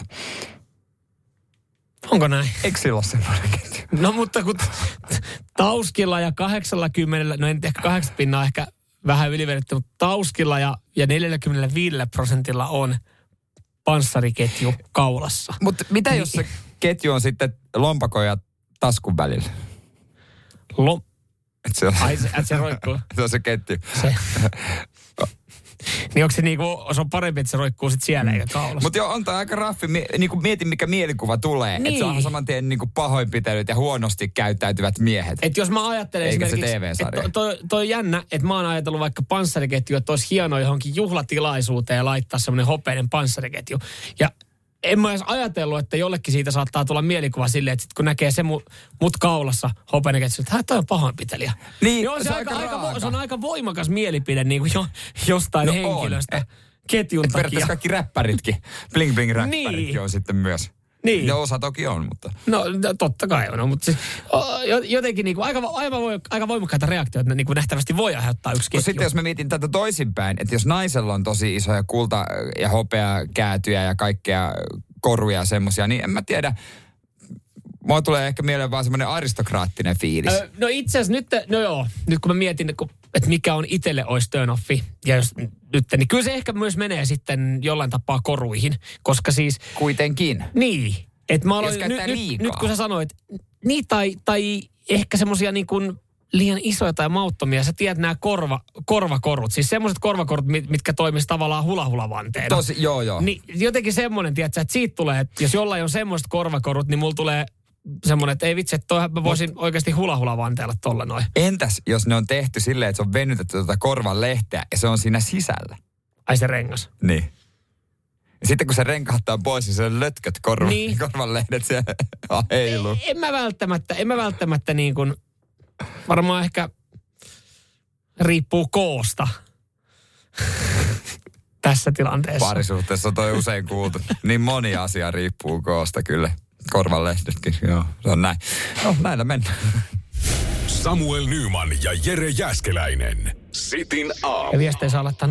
Onko näin? Eikö sillä ole semmoinen ketju? No mutta kun Tauskilla ja 80, no en ehkä 8% ehkä vähän ylivedetty, mutta Tauskilla ja 45% on panssariketju kaulassa. Mutta mitä jos se ketju on sitten lompakon ja taskun välillä? Se roikkuu. Se on se ketju. Niin onko se niinku, se on parempi, että se roikkuu sit siellä eikä kaulassa. Mutta joo, on toi aika raffi. Niinku mietin, mikä mielikuva tulee. Niin. Että se on saman tien niinku pahoinpitelyt ja huonosti käyttäytyvät miehet. Et jos mä ajattelen eikä se esimerkiksi, TV-sarja. että toi on jännä, että mä oon ajatellut vaikka panssariketju, että olisi hienoa johonkin juhlatilaisuuteen laittaa semmoinen hopeinen panssariketju. Ja en mä edes ajatellut, että jollekin siitä saattaa tulla mielikuva silleen, että sit kun näkee se mut kaulassa hopeinen ketju, että toi on pahoinpitelijä. Niin, on se on se on aika voimakas mielipide niin kuin jostain henkilöstä. Ketjun takia. Periaatteessa kaikki räppäritkin, bling bling räppäritkin Niin. on sitten myös. Niin. Ja osa toki on, mutta... No totta kai on, mutta siis, jotenkin niin kuin aika voimakkaita reaktioita niin kuin nähtävästi voi aiheuttaa yksi ketju. Sitten jos mä mietin tätä toisinpäin, että jos naisella on tosi isoja kulta- ja hopeakäätyjä ja kaikkea koruja ja semmosia, niin en mä tiedä. Mulla tulee ehkä mieleen vaan semmoinen aristokraattinen fiilis. No itse asiassa nyt kun mä mietin, että mikä on itselle olisi turn-offi, ja jos nyt, niin kyllä se ehkä myös menee sitten jollain tapaa koruihin, koska siis... Kuitenkin. Niin. Että mä aloin, nyt kun sä sanoit, niin tai ehkä semmosia niin kuin liian isoja tai mauttomia, sä tiedät nämä korvakorut, siis semmoiset korvakorut, mitkä toimisi tavallaan hula-hula-vanteena. Joo. Niin jotenkin semmoinen, tiedätkö, että siitä tulee, että jos jollain on semmoiset korvakorut, niin mulla tulee semmoinen, että ei vitsi, että mä voisin oikeasti hula-hula-vanteella tolla noin. Entäs jos ne on tehty silleen, että se on venytetty tuota korvan lehteä ja se on siinä sisällä? Ai se rengas. Niin. Ja sitten kun se renkahtaa pois, niin se on lötköt korvan lehdet siellä heiluu. En mä välttämättä niin kuin, varmaan ehkä riippuu koosta tässä tilanteessa. Parisuhteessa on toi usein kuultu. Niin moni asia riippuu koosta kyllä. Korvanlehdetkin, joo. Se on näin. No, näillä mennään. Samuel Nyman ja Jere Jääskeläinen. Sitin aamu. Ja viestejä saa laittaa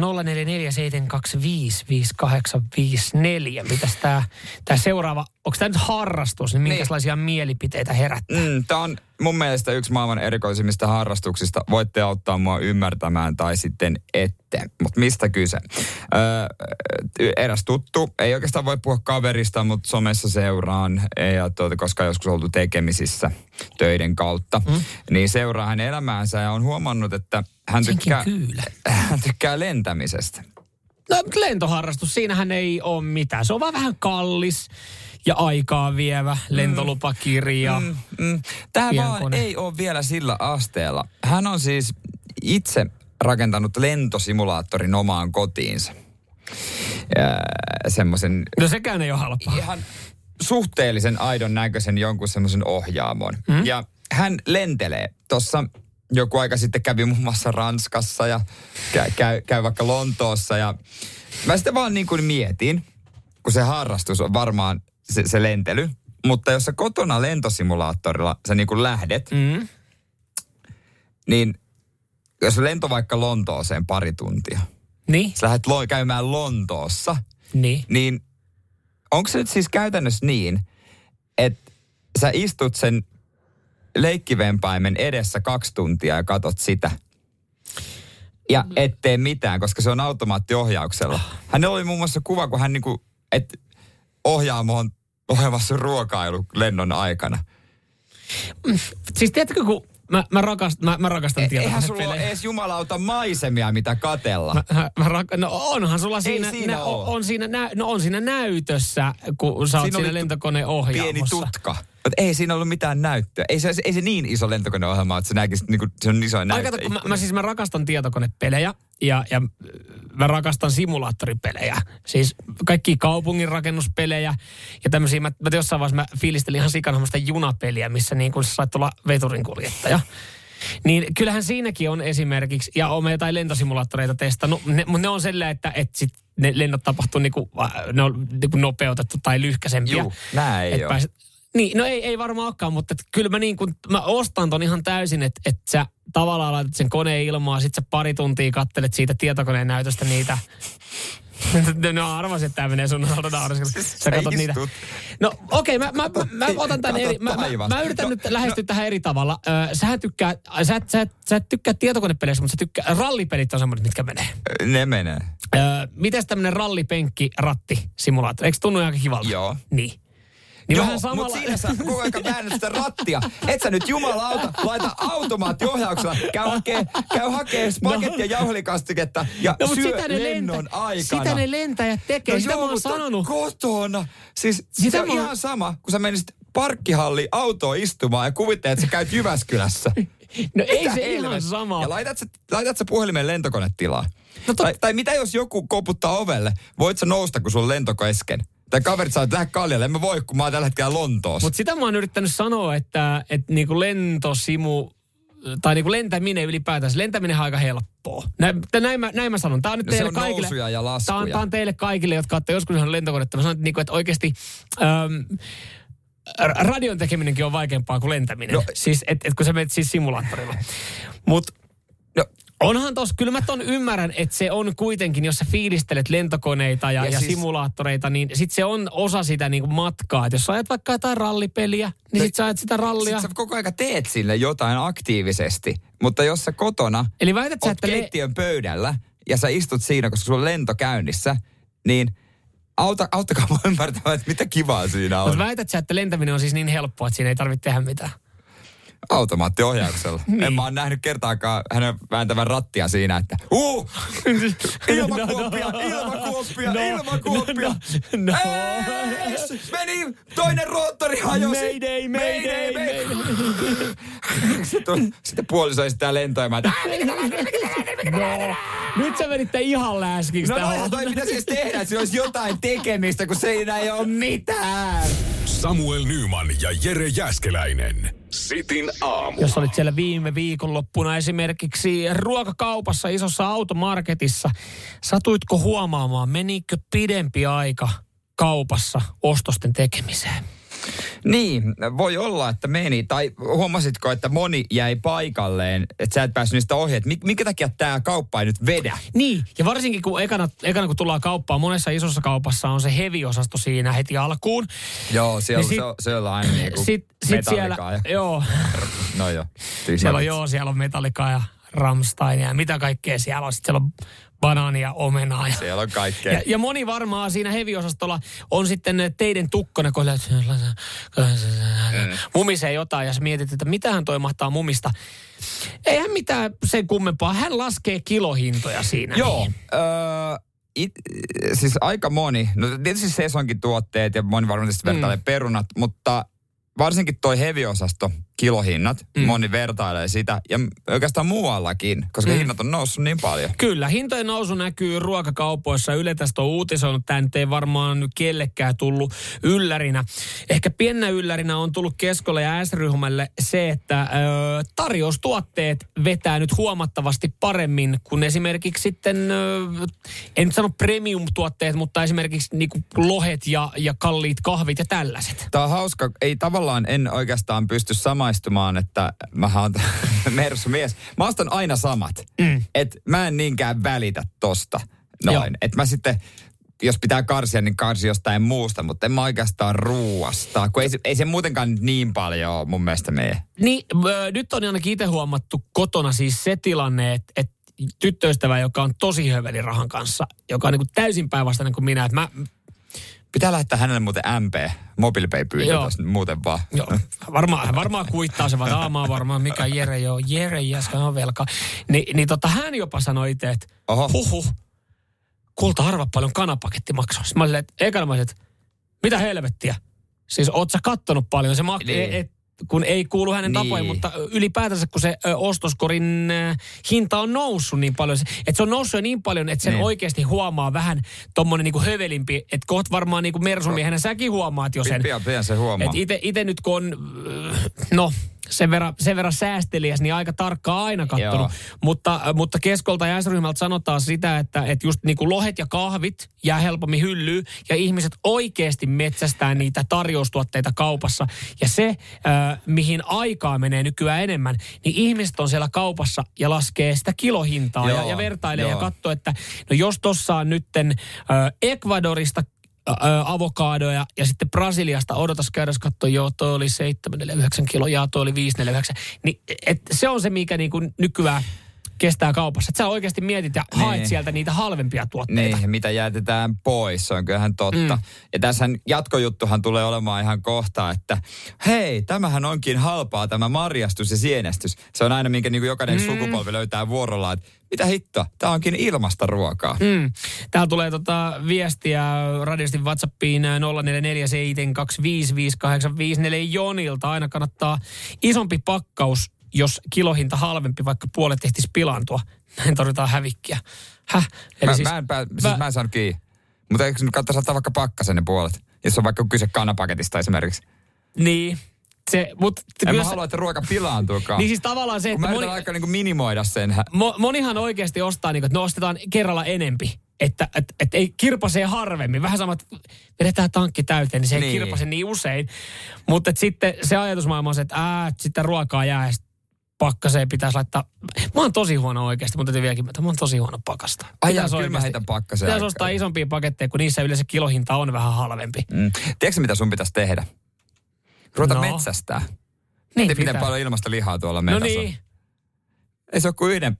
0447255854. Mitäs tää seuraava, onko tää nyt harrastus, niin minkälaisia mielipiteitä herättää? Tää on mun mielestä yksi maailman erikoisimmista harrastuksista. Voitte auttaa mua ymmärtämään tai sitten ette. Mutta mistä kyse? Eräs tuttu, ei oikeastaan voi puhua kaverista, mutta somessa seuraan, ja koska joskus oltu tekemisissä töiden kautta, niin seuraa hänen elämäänsä ja on huomannut, että hän tykkää lentämisestä. No lentoharrastus, siinähän ei ole mitään. Se on vaan vähän kallis ja aikaa vievä lentolupakirja. Tämä vaan ei ole vielä sillä asteella. Hän on siis itse rakentanut lentosimulaattorin omaan kotiinsa. Semmoisen... No sekään ei ole halpaa. Ihan suhteellisen aidon näköisen jonkun semmoisen ohjaamon. Ja hän lentelee tuossa... Joku aika sitten kävi muun muassa Ranskassa ja käy vaikka Lontoossa. Ja mä sitten vaan niin kuin mietin, kun se harrastus on varmaan se lentely. Mutta jos sä kotona lentosimulaattorilla sä niin kuin lähdet, niin jos lento vaikka Lontooseen pari tuntia. Niin? Sä lähdet käymään Lontoossa. Niin onko se nyt siis käytännössä niin, että sä istut sen leikkivempaimen edessä 2 tuntia ja katot sitä. Ja ettei mitään, koska se on automaattiohjauksella. Hänellä oli muun muassa kuva, kun hän niinku, että ohjaamo on ohjelmassa ruokailu lennon aikana. Siis tiedätkö, kun mä rakastan tietokonepelejä. Eihän sulla ole edes jumalauta maisemia, mitä katella. No onhan sulla siinä, on siinä näytössä, kun sä oot siinä lentokoneohjaamossa. Pieni tutka. Mutta ei siinä ollut mitään näyttöä. Ei se niin iso lentokoneohjelma, että se näkisit, niin se on iso näyttö. Mä rakastan tietokonepelejä ja mä rakastan simulaattoripelejä. Siis kaikki kaupungin rakennuspelejä ja tämmöisiä. Mä jossain vaiheessa mä fiilistelin ihan sikana junapeliä, missä niin kuin sä sait olla veturinkuljettaja. Niin kyllähän siinäkin on esimerkiksi, ja on jotain lentosimulaattoreita testannut, mutta ne on sellainen, että sit ne lennot tapahtuu ne on nopeutettu tai lyhkäisempiä. Juu, näin ei ole. Niin, no ei varmaan olekaan, mutta kyllä mä ostan ton ihan täysin, että sä tavallaan laitat sen koneen ilmaa, sit sä pari tuntia kattelet siitä tietokoneen näytöstä niitä. No arvasin, että tää menee sun nauraskella. Sä katot niitä. No okei, mä otan tän eri. Mä yritän nyt lähestyä tähän eri tavalla. Sä et tykkää tietokonepeleissä, mutta sä tykkää. Rallipelit on semmoinen, mitkä menee. Ne menee. Mites tämmönen rallipenkki ratti simulaattori? Eikö tunnu aika kivalta? Joo. Niin. Niin Joo, vähän samalla... mutta siinä sä koko ajan väännät sitä rattia. Et sä nyt jumalauta laita automaattiohjauksella. Käy hakee spagetti ja jauhelikastiketta ja syö lennon aikana. Sitä ne lentäjät tekee, sitä mä oon sanonut. Kotona. Siis se on ihan sama, kun sä menisit parkkihalliin autoon istumaan ja kuvittelet, että sä käyt Jyväskylässä. No ei se ihan sama. Ja laitat sä puhelimeen lentokonetilaan. No tai mitä jos joku koputtaa ovelle? Voit sä nousta, kun sulla on lento kesken? Tai kaverit saa, että lähde kaljalle. En mä voi, kun mä oon tällä hetkellä Lontoossa. Mutta sitä mä oon yrittänyt sanoa, että niinku lentosimu, tai niinku lentäminen ylipäätänsä, lentäminen on aika helppoa. Näin mä sanon. Tää on nyt teille kaikille. Nousuja ja laskuja. Tää on teille kaikille, jotka olette joskus ihan lentokonetta. Mä sanon, että oikeasti... radion tekeminenkin on vaikeampaa kuin lentäminen. No, siis, kun sä menet siis simulaattorilla. Mutta onhan tossa, kyllä mä ton ymmärrän, että se on kuitenkin, jos sä fiilistelet lentokoneita ja siis, simulaattoreita, niin sit se on osa sitä niinku matkaa. Et jos sä ajat vaikka jotain rallipeliä, niin sit sä ajat sitä rallia. Sit sä koko ajan teet sille jotain aktiivisesti. Mutta jos sä kotona oot keittiön pöydällä ja sä istut siinä, koska sulla on lento käynnissä, niin... Auttakaa mua ymmärtämään, että mitä kivaa siinä on. Mutta väität sä, että lentäminen on siis niin helppoa, että siinä ei tarvitse tehdä mitään? Automaattiohjauksella. En mä oon nähnyt kertaakaan hänen vääntävän rattia siinä, että ilmakuoppia. Meni, toinen roottori hajosi. Mayday. Sitten puoliso esittää lentoimaan, että nyt sä veditte ihan läskiksi. No toi pitäisi siis tehdä, että se olisi jotain tekemistä, kun siinä ei ole mitään. Samuel Nyman ja Jere Jääskeläinen. Sitin aamu. Jos olit siellä viime viikonloppuna esimerkiksi ruokakaupassa, isossa automarketissa, satuitko huomaamaan, menikö pidempi aika kaupassa ostosten tekemiseen? Niin, voi olla, että meni. Tai huomasitko, että moni jäi paikalleen, että sä et päässyt niistä ohi, että minkä takia tämä kauppa ei nyt vedä? Niin, ja varsinkin kun ekana kun tullaan kauppaan, monessa isossa kaupassa on se heavy-osasto siinä heti alkuun. Joo, siellä on aina niinku Metallicaa. Joo. No joo. Siellä on Metallicaa ja Rammsteinia ja mitä kaikkea siellä on. Sitten siellä on banaania, omenaa. Siellä on kaikkea. Ja moni varmaan siinä heavy-osastolla on sitten teidän tukkona, kun mumisee jotain ja sä mietit, että mitähän toi mahtaa mumista. Eihän mitään sen kummempaa. Hän laskee kilohintoja siinä. Joo. Siis aika moni. No tietysti sesonkin tuotteet ja moni varmasti vertailee perunat, mutta varsinkin toi heavy-osasto, kilohinnat, moni vertailee sitä ja oikeastaan muuallakin, koska hinnat on noussut niin paljon. Kyllä, hintojen nousu näkyy ruokakaupoissa. Yle tästä on uutisoinut, tämä nyt ei varmaan nyt kellekään tullut yllärinä. Ehkä piennä yllärinä on tullut Keskolle ja S-ryhmälle se, että tarjoustuotteet vetää nyt huomattavasti paremmin kuin esimerkiksi sitten, en nyt sano premium-tuotteet, mutta esimerkiksi niinku lohet ja kalliit kahvit ja tällaiset. Tämä on hauska, en oikeastaan pysty samaistumaan, että mä oon mersumies. Mä ostan aina samat. Et mä en niinkään välitä tosta. Noin. Et mä sitten, jos pitää karsia, niin karsi jostain muusta, mutta en mä oikeastaan ruuasta. Kun ei se muutenkaan niin paljon mun mielestä mene. Niin, nyt on ainakin itse huomattu kotona siis se tilanne, että tyttöystävä, joka on tosi höveli rahan kanssa, joka on niin kuin täysin päinvastainen kuin minä, että pitää lähettää hänelle muuten MobilePay-pyyntö tuossa muuten vaan. Joo, varmaan kuittaa se, vaan varmaan mikä Jere jäskä on velka. Hän jopa sanoi itse, että kulta harva paljon kanapaketti maksaa. Mä olin, että mitä helvettiä? Siis oot sä kattonut paljon? Se kun ei kuulu hänen tapoihin, mutta ylipäätänsä kun se ostoskorin hinta on noussut niin paljon, että se on noussut jo niin paljon, että sen oikeasti huomaa vähän tommonen niinku hövelimpi, että kohta varmaan niinku mersumiehenä säkin huomaat jo sen. Pian se huomaa. Että ite nyt kun on, sen verran säästeliäs, niin aika tarkkaan aina kattonut. Mutta Keskolta ja S-ryhmältä sanotaan sitä, että just niinku lohet ja kahvit jää helpommin hyllyyn ja ihmiset oikeasti metsästää niitä tarjoustuotteita kaupassa. Ja se, mihin aikaa menee nykyään enemmän, niin ihmiset on siellä kaupassa ja laskee sitä kilohintaa ja vertailee ja katsoo, että no jos tossa on nytten Ecuadorista avokadoja ja sitten Brasiliasta odotas käydäs katsoa, toi oli 7,49 kiloa, toi oli 5,49. Niin, se on se, mikä niinku nykyään kestää kaupassa. Että sä oikeasti mietit ja haet sieltä niitä halvempia tuotteita. Niin, mitä jätetään pois, se on kyllähän totta. Ja tässä jatkojuttuhan tulee olemaan ihan kohta, että hei, tämähän onkin halpaa tämä marjastus ja sienestys. Se on aina, minkä niin kuin jokainen sukupolvi löytää vuorollaan, että mitä hittoa, tämä onkin ilmasta ruokaa. Täällä tulee viestiä radistin WhatsAppiin 0447255854 Jonilta. Aina kannattaa isompi pakkaus, jos kilohinta halvempi, vaikka puolet ehtisi pilaantua. Näin torjutaan hävikkiä. Eli mä en saanut kiinni. Mutta eikö nyt kannattaisi ottaa vaikka pakkasen ne puolet, jos on vaikka kyse kanapaketista esimerkiksi? Niin. En mä halua, että ruoka pilaantuukaan. Niin siis tavallaan se, että mä yritän aika niin minimoida sen. Monihan oikeasti ostaa, niin kuin, että ne ostetaan kerralla enempi. Että ei kirpasee harvemmin. Vähän sama, että vedetään tankki täyteen, niin se ei kirpase niin usein. Mutta sitten se ajatusmaailma on se, että sitten ruokaa jää ja pakkaseen pitäisi laittaa. Mä oon tosi huono oikeasti, mutta vieläkin, että mä oon tosi huono pakasta. Kyllä mä heitän pakkaseen. Pitäisi ostaa isompia paketteja, kun niissä yleensä kilohinta on vähän halvempi. Tiedätkö mitä sun pitäisi tehdä? Ruveta metsästää. Niin miten paljon ilmasta lihaa tuolla metassa. No niin. Ei se ole kuin yhden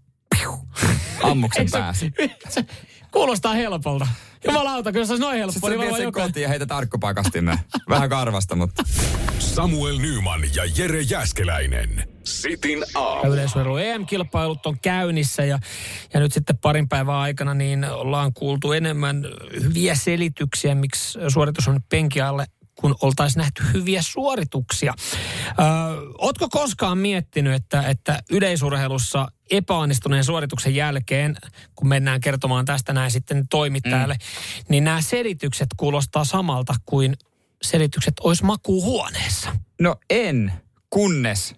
ammuksen päässä. Kuulostaa helpolta. Jumalauta, kyllä se olisi noin helppoa. Sitten sä viet sen kotiin ja heität arkkupakastimeen. Vähän karvasta, mutta... Samuel Nyman ja Jere Jääskeläinen. Sitin aamu. Yleisurheilu EM-kilpailut on käynnissä ja nyt sitten parin päivän aikana niin ollaan kuultu enemmän hyviä selityksiä, miksi suoritus on penkin alle, kun oltaisiin nähty hyviä suorituksia. Ootko koskaan miettinyt, että yleisurheilussa epäonnistuneen suorituksen jälkeen, kun mennään kertomaan tästä näin sitten toimittajalle, niin nämä selitykset kuulostaa samalta kuin selitykset olisi makuuhuoneessa? No kunnes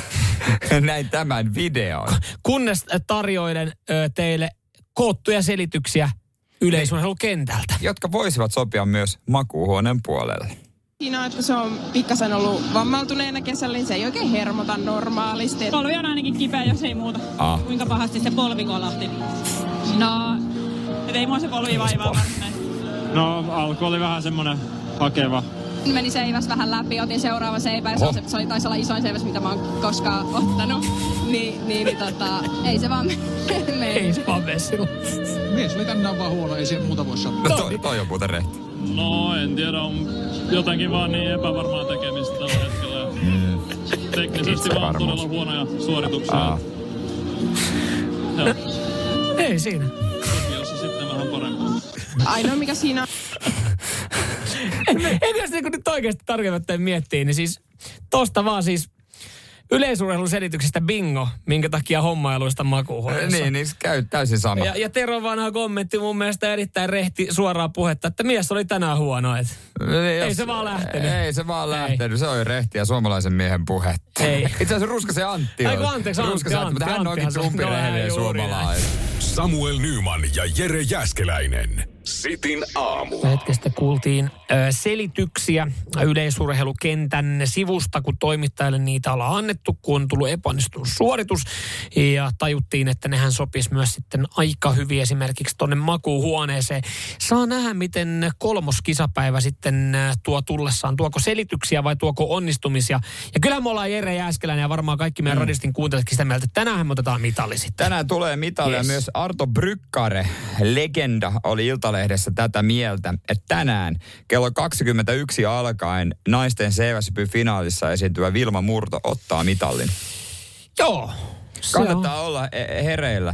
näin tämän videon. Kunnes tarjoilen teille koottuja selityksiä yleisurheilukentältä. Jotka voisivat sopia myös makuuhuoneen puolelle. Siinä, että se on pikkasen ollut vammautuneena kesällä, niin se ei oikein hermota normaalisti. Polvi on ainakin kipeä, jos ei muuta. Kuinka pahasti se polvi kolahti? No, et ei mua se polvi vaivaa varsinaisesti. No, alku oli vähän semmoinen hakeva. Meni seiväs vähän läpi, otin seuraava seipä ja se oli taisi olla isoin seiväs, mitä mä oon koskaan ottanut. Ei se vaan mene. Ei se vaan mene silloin. Mies oli tänään vaan huono, ei siihen muuta voi sanoa. Toi on muuten rehti. No, en tiedä, on jotenkin vaan niin epävarmaa tekemistä tällä hetkellä. Teknisesti vaan todella huonoja suorituksia. Ei siinä. Tokiossa sitten vähän parempaa. Ainoa mikä siinä... Eikö jos nyt oikeasti tarkemmin miettii, niin siis tosta vaan siis yleisurheilun selityksestä bingo, minkä takia hommailuista makuuhuoneessa. Niin käy täysin sama. Ja Teron vanha kommentti mun mielestä erittäin rehti suoraa puhetta, että mies oli tänään huono. Ei se vaan lähtenyt. Ei se vaan lähtenyt. Se oli rehtiä suomalaisen miehen puhetta. Ei. Itse asiassa Ruskasen Antti on. Anteeksi, mutta hän onkin tumpirehellinen suomalainen. Samuel Nyman ja Jere Jääskeläinen. Sitin aamu. Hetkestä kuultiin selityksiä yleisurheilukentän sivusta, kun toimittajille niitä ollaan annettu, kun on tullut epäonnistunut suoritus. Ja tajuttiin, että nehän sopisi myös sitten aika hyvin esimerkiksi tuonne makuuhuoneeseen. Saa nähdä, miten kolmoskisapäivä sitten tuo tullessaan. Tuoko selityksiä vai tuoko onnistumisia? Ja kyllä me ollaan Jere Jääskeläinen ja varmaan kaikki meidän radistin kuuntelijatkin sitä mieltä, että tänään me otetaan mitali sitten. Tänään tulee mitali ja myös Arto Brykkare, legenda, oli Iltalehdessä tätä mieltä, että tänään kello 21 alkaen naisten seiväshypy-finaalissa esiintyvä Vilma Murto ottaa mitallin. Joo. Kannattaa olla hereillä.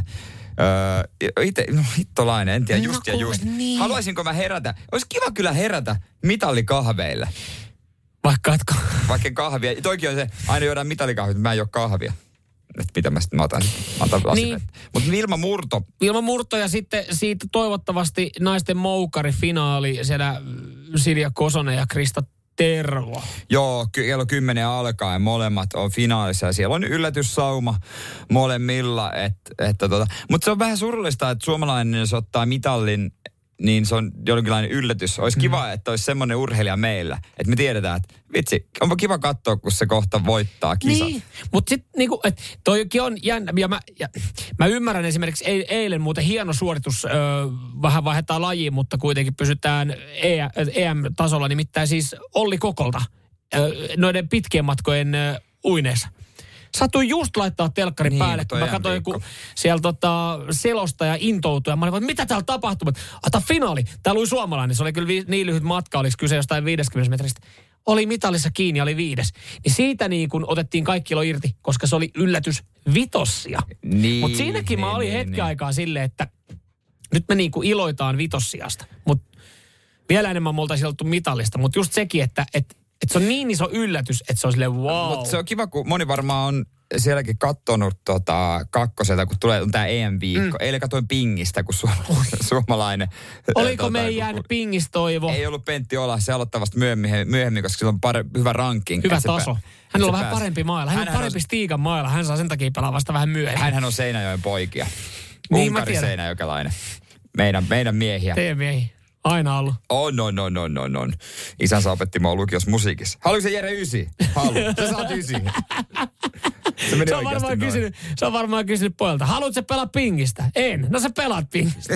Hittolainen, en tiedä, just. Niin. Haluaisinko mä herätä? Olisi kiva kyllä herätä mitallikahveille. Vaikka kahvia. Toikin on se, aina juodaan mitallikahvia, mutta mä en juo kahvia. Että mitä mä otan lasin. Niin. Mutta Vilma Murto ja sitten siitä toivottavasti naisten moukarifinaali siellä Silja Kosonen ja Krista Tervo. Joo, kello 10 alkaen molemmat on finaalissa ja siellä on yllätyssauma molemmilla. Mutta se on vähän surullista, että suomalainen jos ottaa mitallin, niin se on jonkinlainen yllätys. Olisi kiva, että olisi semmoinen urheilija meillä, että me tiedetään, että vitsi, onpa kiva katsoa, kun se kohta voittaa kisat. Niin, mutta sitten niinku, että toikin on jännä, ja mä ymmärrän esimerkiksi eilen muuten hieno suoritus, vähän vaihdetaan lajiin, mutta kuitenkin pysytään EM-tasolla, nimittäin siis Olli Kokolta noiden pitkien matkojen uineessa. Satuin just laittaa telkkarin päälle, kun mä katsoin joku siellä selostaja intoutui. Ja mä olin, mitä täällä tapahtuu? Ota finaali. Täällä oli suomalainen. Se oli kyllä niin lyhyt matka, oliko kyse jostain 50 metristä. Oli mitalissa kiinni, oli 5. Niin siitä niin kun otettiin kaikki kilo irti, koska se oli yllätys vitossia. Mutta siinäkin mä olin hetken aikaa silleen, että nyt me niin kuin iloitaan vitossiasta. Mutta vielä enemmän me oltaisiin oltu mitallista. Mutta just sekin, että se on niin iso yllätys, että se on silleen wow. Mutta se on kiva, kun moni varmaan on sielläkin kattonut kakkoselta, kun tulee tämä EM-viikko. Eilen katsoin Pingistä, kun suomalainen. Oliko meidän Pingistoivo? Ei ollut Pentti Ola, se aloittaa vasta myöhemmin, koska sillä on hyvä ranking. Hyvä taso. Hänellä on vähän parempi mailla. Hän on parempi Stiigan mailla. Hän saa sen takia pelaa vasta vähän myöhemmin. Hänhän on Seinäjoen poikia. Niin, Unkari seinäjokelainen. Meidän miehiä. Teidän miehiä. Aina ollut. On. Isänsä opetti mua lukiossa musiikissa. Haluatko se Jere 9? Halu. Sä saat 9. Se on varmaan kysynyt pojalta. Haluatko sä pelaa Pingistä? En. No sä pelaat Pingistä.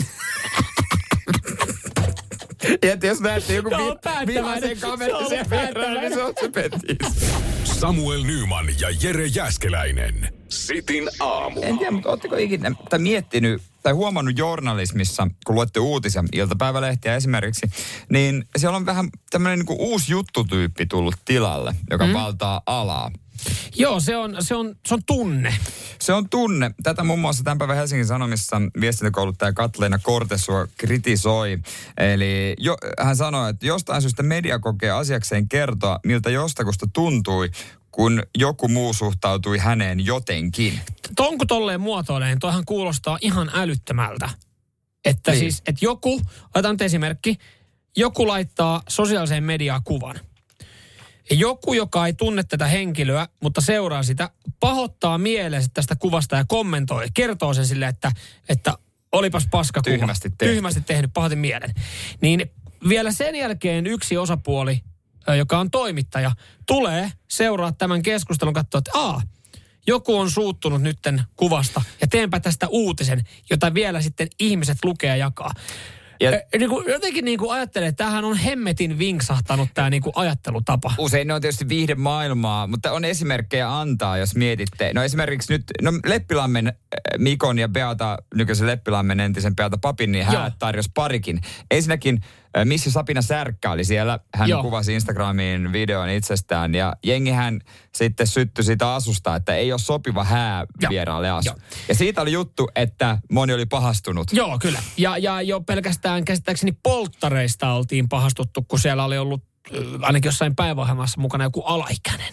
Ja jos näette joku vihaisen kaverin sen verran, niin se on se Pentis. Samuel Nyman ja Jere Jääskeläinen. Sitin aamu. En tiedä, mutta ootteko ikinä miettinyt tai huomannut journalismissa, kun luette uutisia, iltapäivälehtiä esimerkiksi, niin siellä on vähän tämmöinen niin kuin uusi juttutyyppi tullut tilalle, joka valtaa alaa. Joo, se on tunne. Se on tunne. Tätä muun muassa tämän päivän Helsingin Sanomissa viestintäkouluttaja Katleena Kortesua kritisoi. Eli hän sanoi, että jostain syystä media kokee asiakseen kertoa, miltä jostakusta tuntui, kun joku muu suhtautui häneen jotenkin. Tonko tolleen muotoileen, toihan kuulostaa ihan älyttömältä. Että niin. Siis, että joku, otetaan nyt esimerkki, joku laittaa sosiaaliseen mediaan kuvan. Ja joku, joka ei tunne tätä henkilöä, mutta seuraa sitä, pahoittaa mielensä tästä kuvasta ja kommentoi, kertoo sen silleen, että olipas paska kuva. Tyhmästi tehnyt, pahoitin mielen. Niin vielä sen jälkeen yksi osapuoli, joka on toimittaja, tulee seuraa tämän keskustelun, katsoa, että joku on suuttunut nytten kuvasta ja teenpä tästä uutisen, jota vielä sitten ihmiset lukee ja jakaa. Jotenkin ajattelen, että tämähän on hemmetin vinksahtanut tämä ajattelutapa. Usein ne on tietysti viihdemaailmaa, mutta on esimerkkejä antaa, jos mietitte. No esimerkiksi nyt, Leppilammen Mikon ja Beata, nykyisen Leppilammen entisen Beata Papin, niin hän tarjosi parikin. Ensinnäkin Missi Sapina Särkkä oli siellä. Hän kuvasi Instagramiin videon itsestään ja jengihän sitten syttyi siitä asusta, että ei ole sopiva vieraalle asu. Ja siitä oli juttu, että moni oli pahastunut. Joo, kyllä. Ja jo pelkästään käsittääkseni polttareista oltiin pahastuttu, kun siellä oli ollut ainakin jossain päiväohjelmassa mukana joku alaikäinen.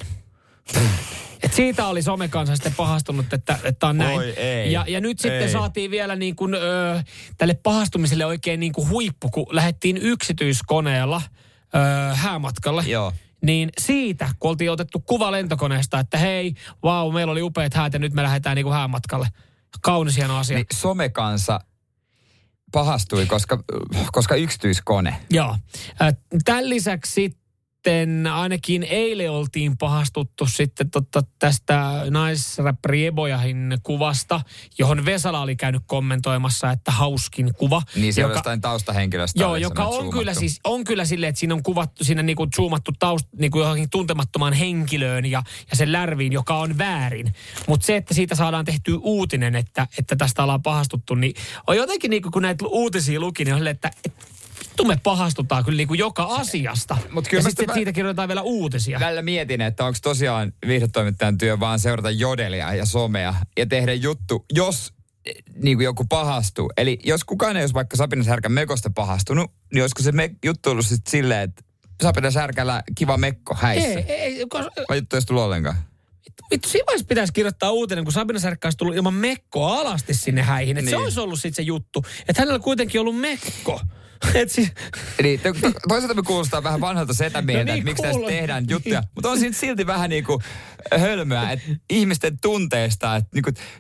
Et siitä oli somekansa sitten pahastunut, että on näin. Ja nyt sitten saatiin vielä tälle pahastumiselle oikein huippu, kun lähdettiin yksityiskoneella häämatkalle. Joo. Niin siitä, kun oltiin otettu kuva lentokoneesta, että hei, vau, meillä oli upeat häät ja nyt me lähdetään häämatkalle. Kaunis hieno asia. Niin somekansa pahastui, koska yksityiskone. Joo. Tämän lisäksi sitten ainakin eilen oltiin pahastuttu sitten tästä naisräppäri Ebojahin kuvasta, johon Vesala oli käynyt kommentoimassa, että hauskin kuva. Niin se on jostain taustahenkilöstä. Joo, joka on kyllä silleen, että siinä on kuvattu, siinä zoomattu johonkin tuntemattomaan henkilöön ja sen lärviin, joka on väärin. Mutta se, että siitä saadaan tehtyä uutinen, että tästä ollaan pahastuttu, niin on jotenkin kun näitä uutisia luki, niin on silleen, että me pahastutaan kyllä joka asiasta. Ja sitten siitä kirjoitetaan vielä uutisia. Välillä mietin, että onko tosiaan viihdetoimittajan työ vaan seurata jodelia ja somea ja tehdä juttu, jos joku pahastuu. Eli jos kukaan ei olisi vaikka Sapina Särkän mekosta pahastunut, niin olisiko se juttu ollut sitten silleen, että Sapina Särkällä kiva mekko häissä? Ei. Vai juttu ei olisi tullut ollenkaan? Vittu, siinä vaiheessa pitäisi kirjoittaa uutinen, kun Sapina Särkkä olisi tullut ilman mekkoa alasti sinne häihin. Että se olisi ollut sitten se juttu. Että hänellä kuitenkin ollut mekko. Niin, toisaalta me kuulostaa vähän vanhalta setämieheltä, että miksi tästä tehdään juttuja. Mutta on siinä silti vähän hölmöä, että ihmisten tunteesta, että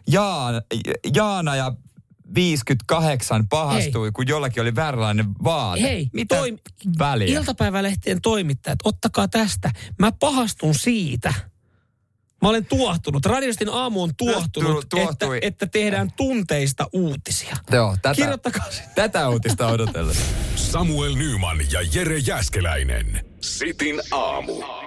Jaana ja 58 pahastui, kun jollakin oli vääränlainen vaate. Hei, mitä väliä? Iltapäivälehtien toimittajat, ottakaa tästä. Mä pahastun siitä. Mä olen tuohtunut. Radiostin aamu on tuohtunut, että tehdään tunteista uutisia. Joo, tätä uutista odotellessa. Samuel Nyman ja Jere Jääskeläinen. Sitin aamu.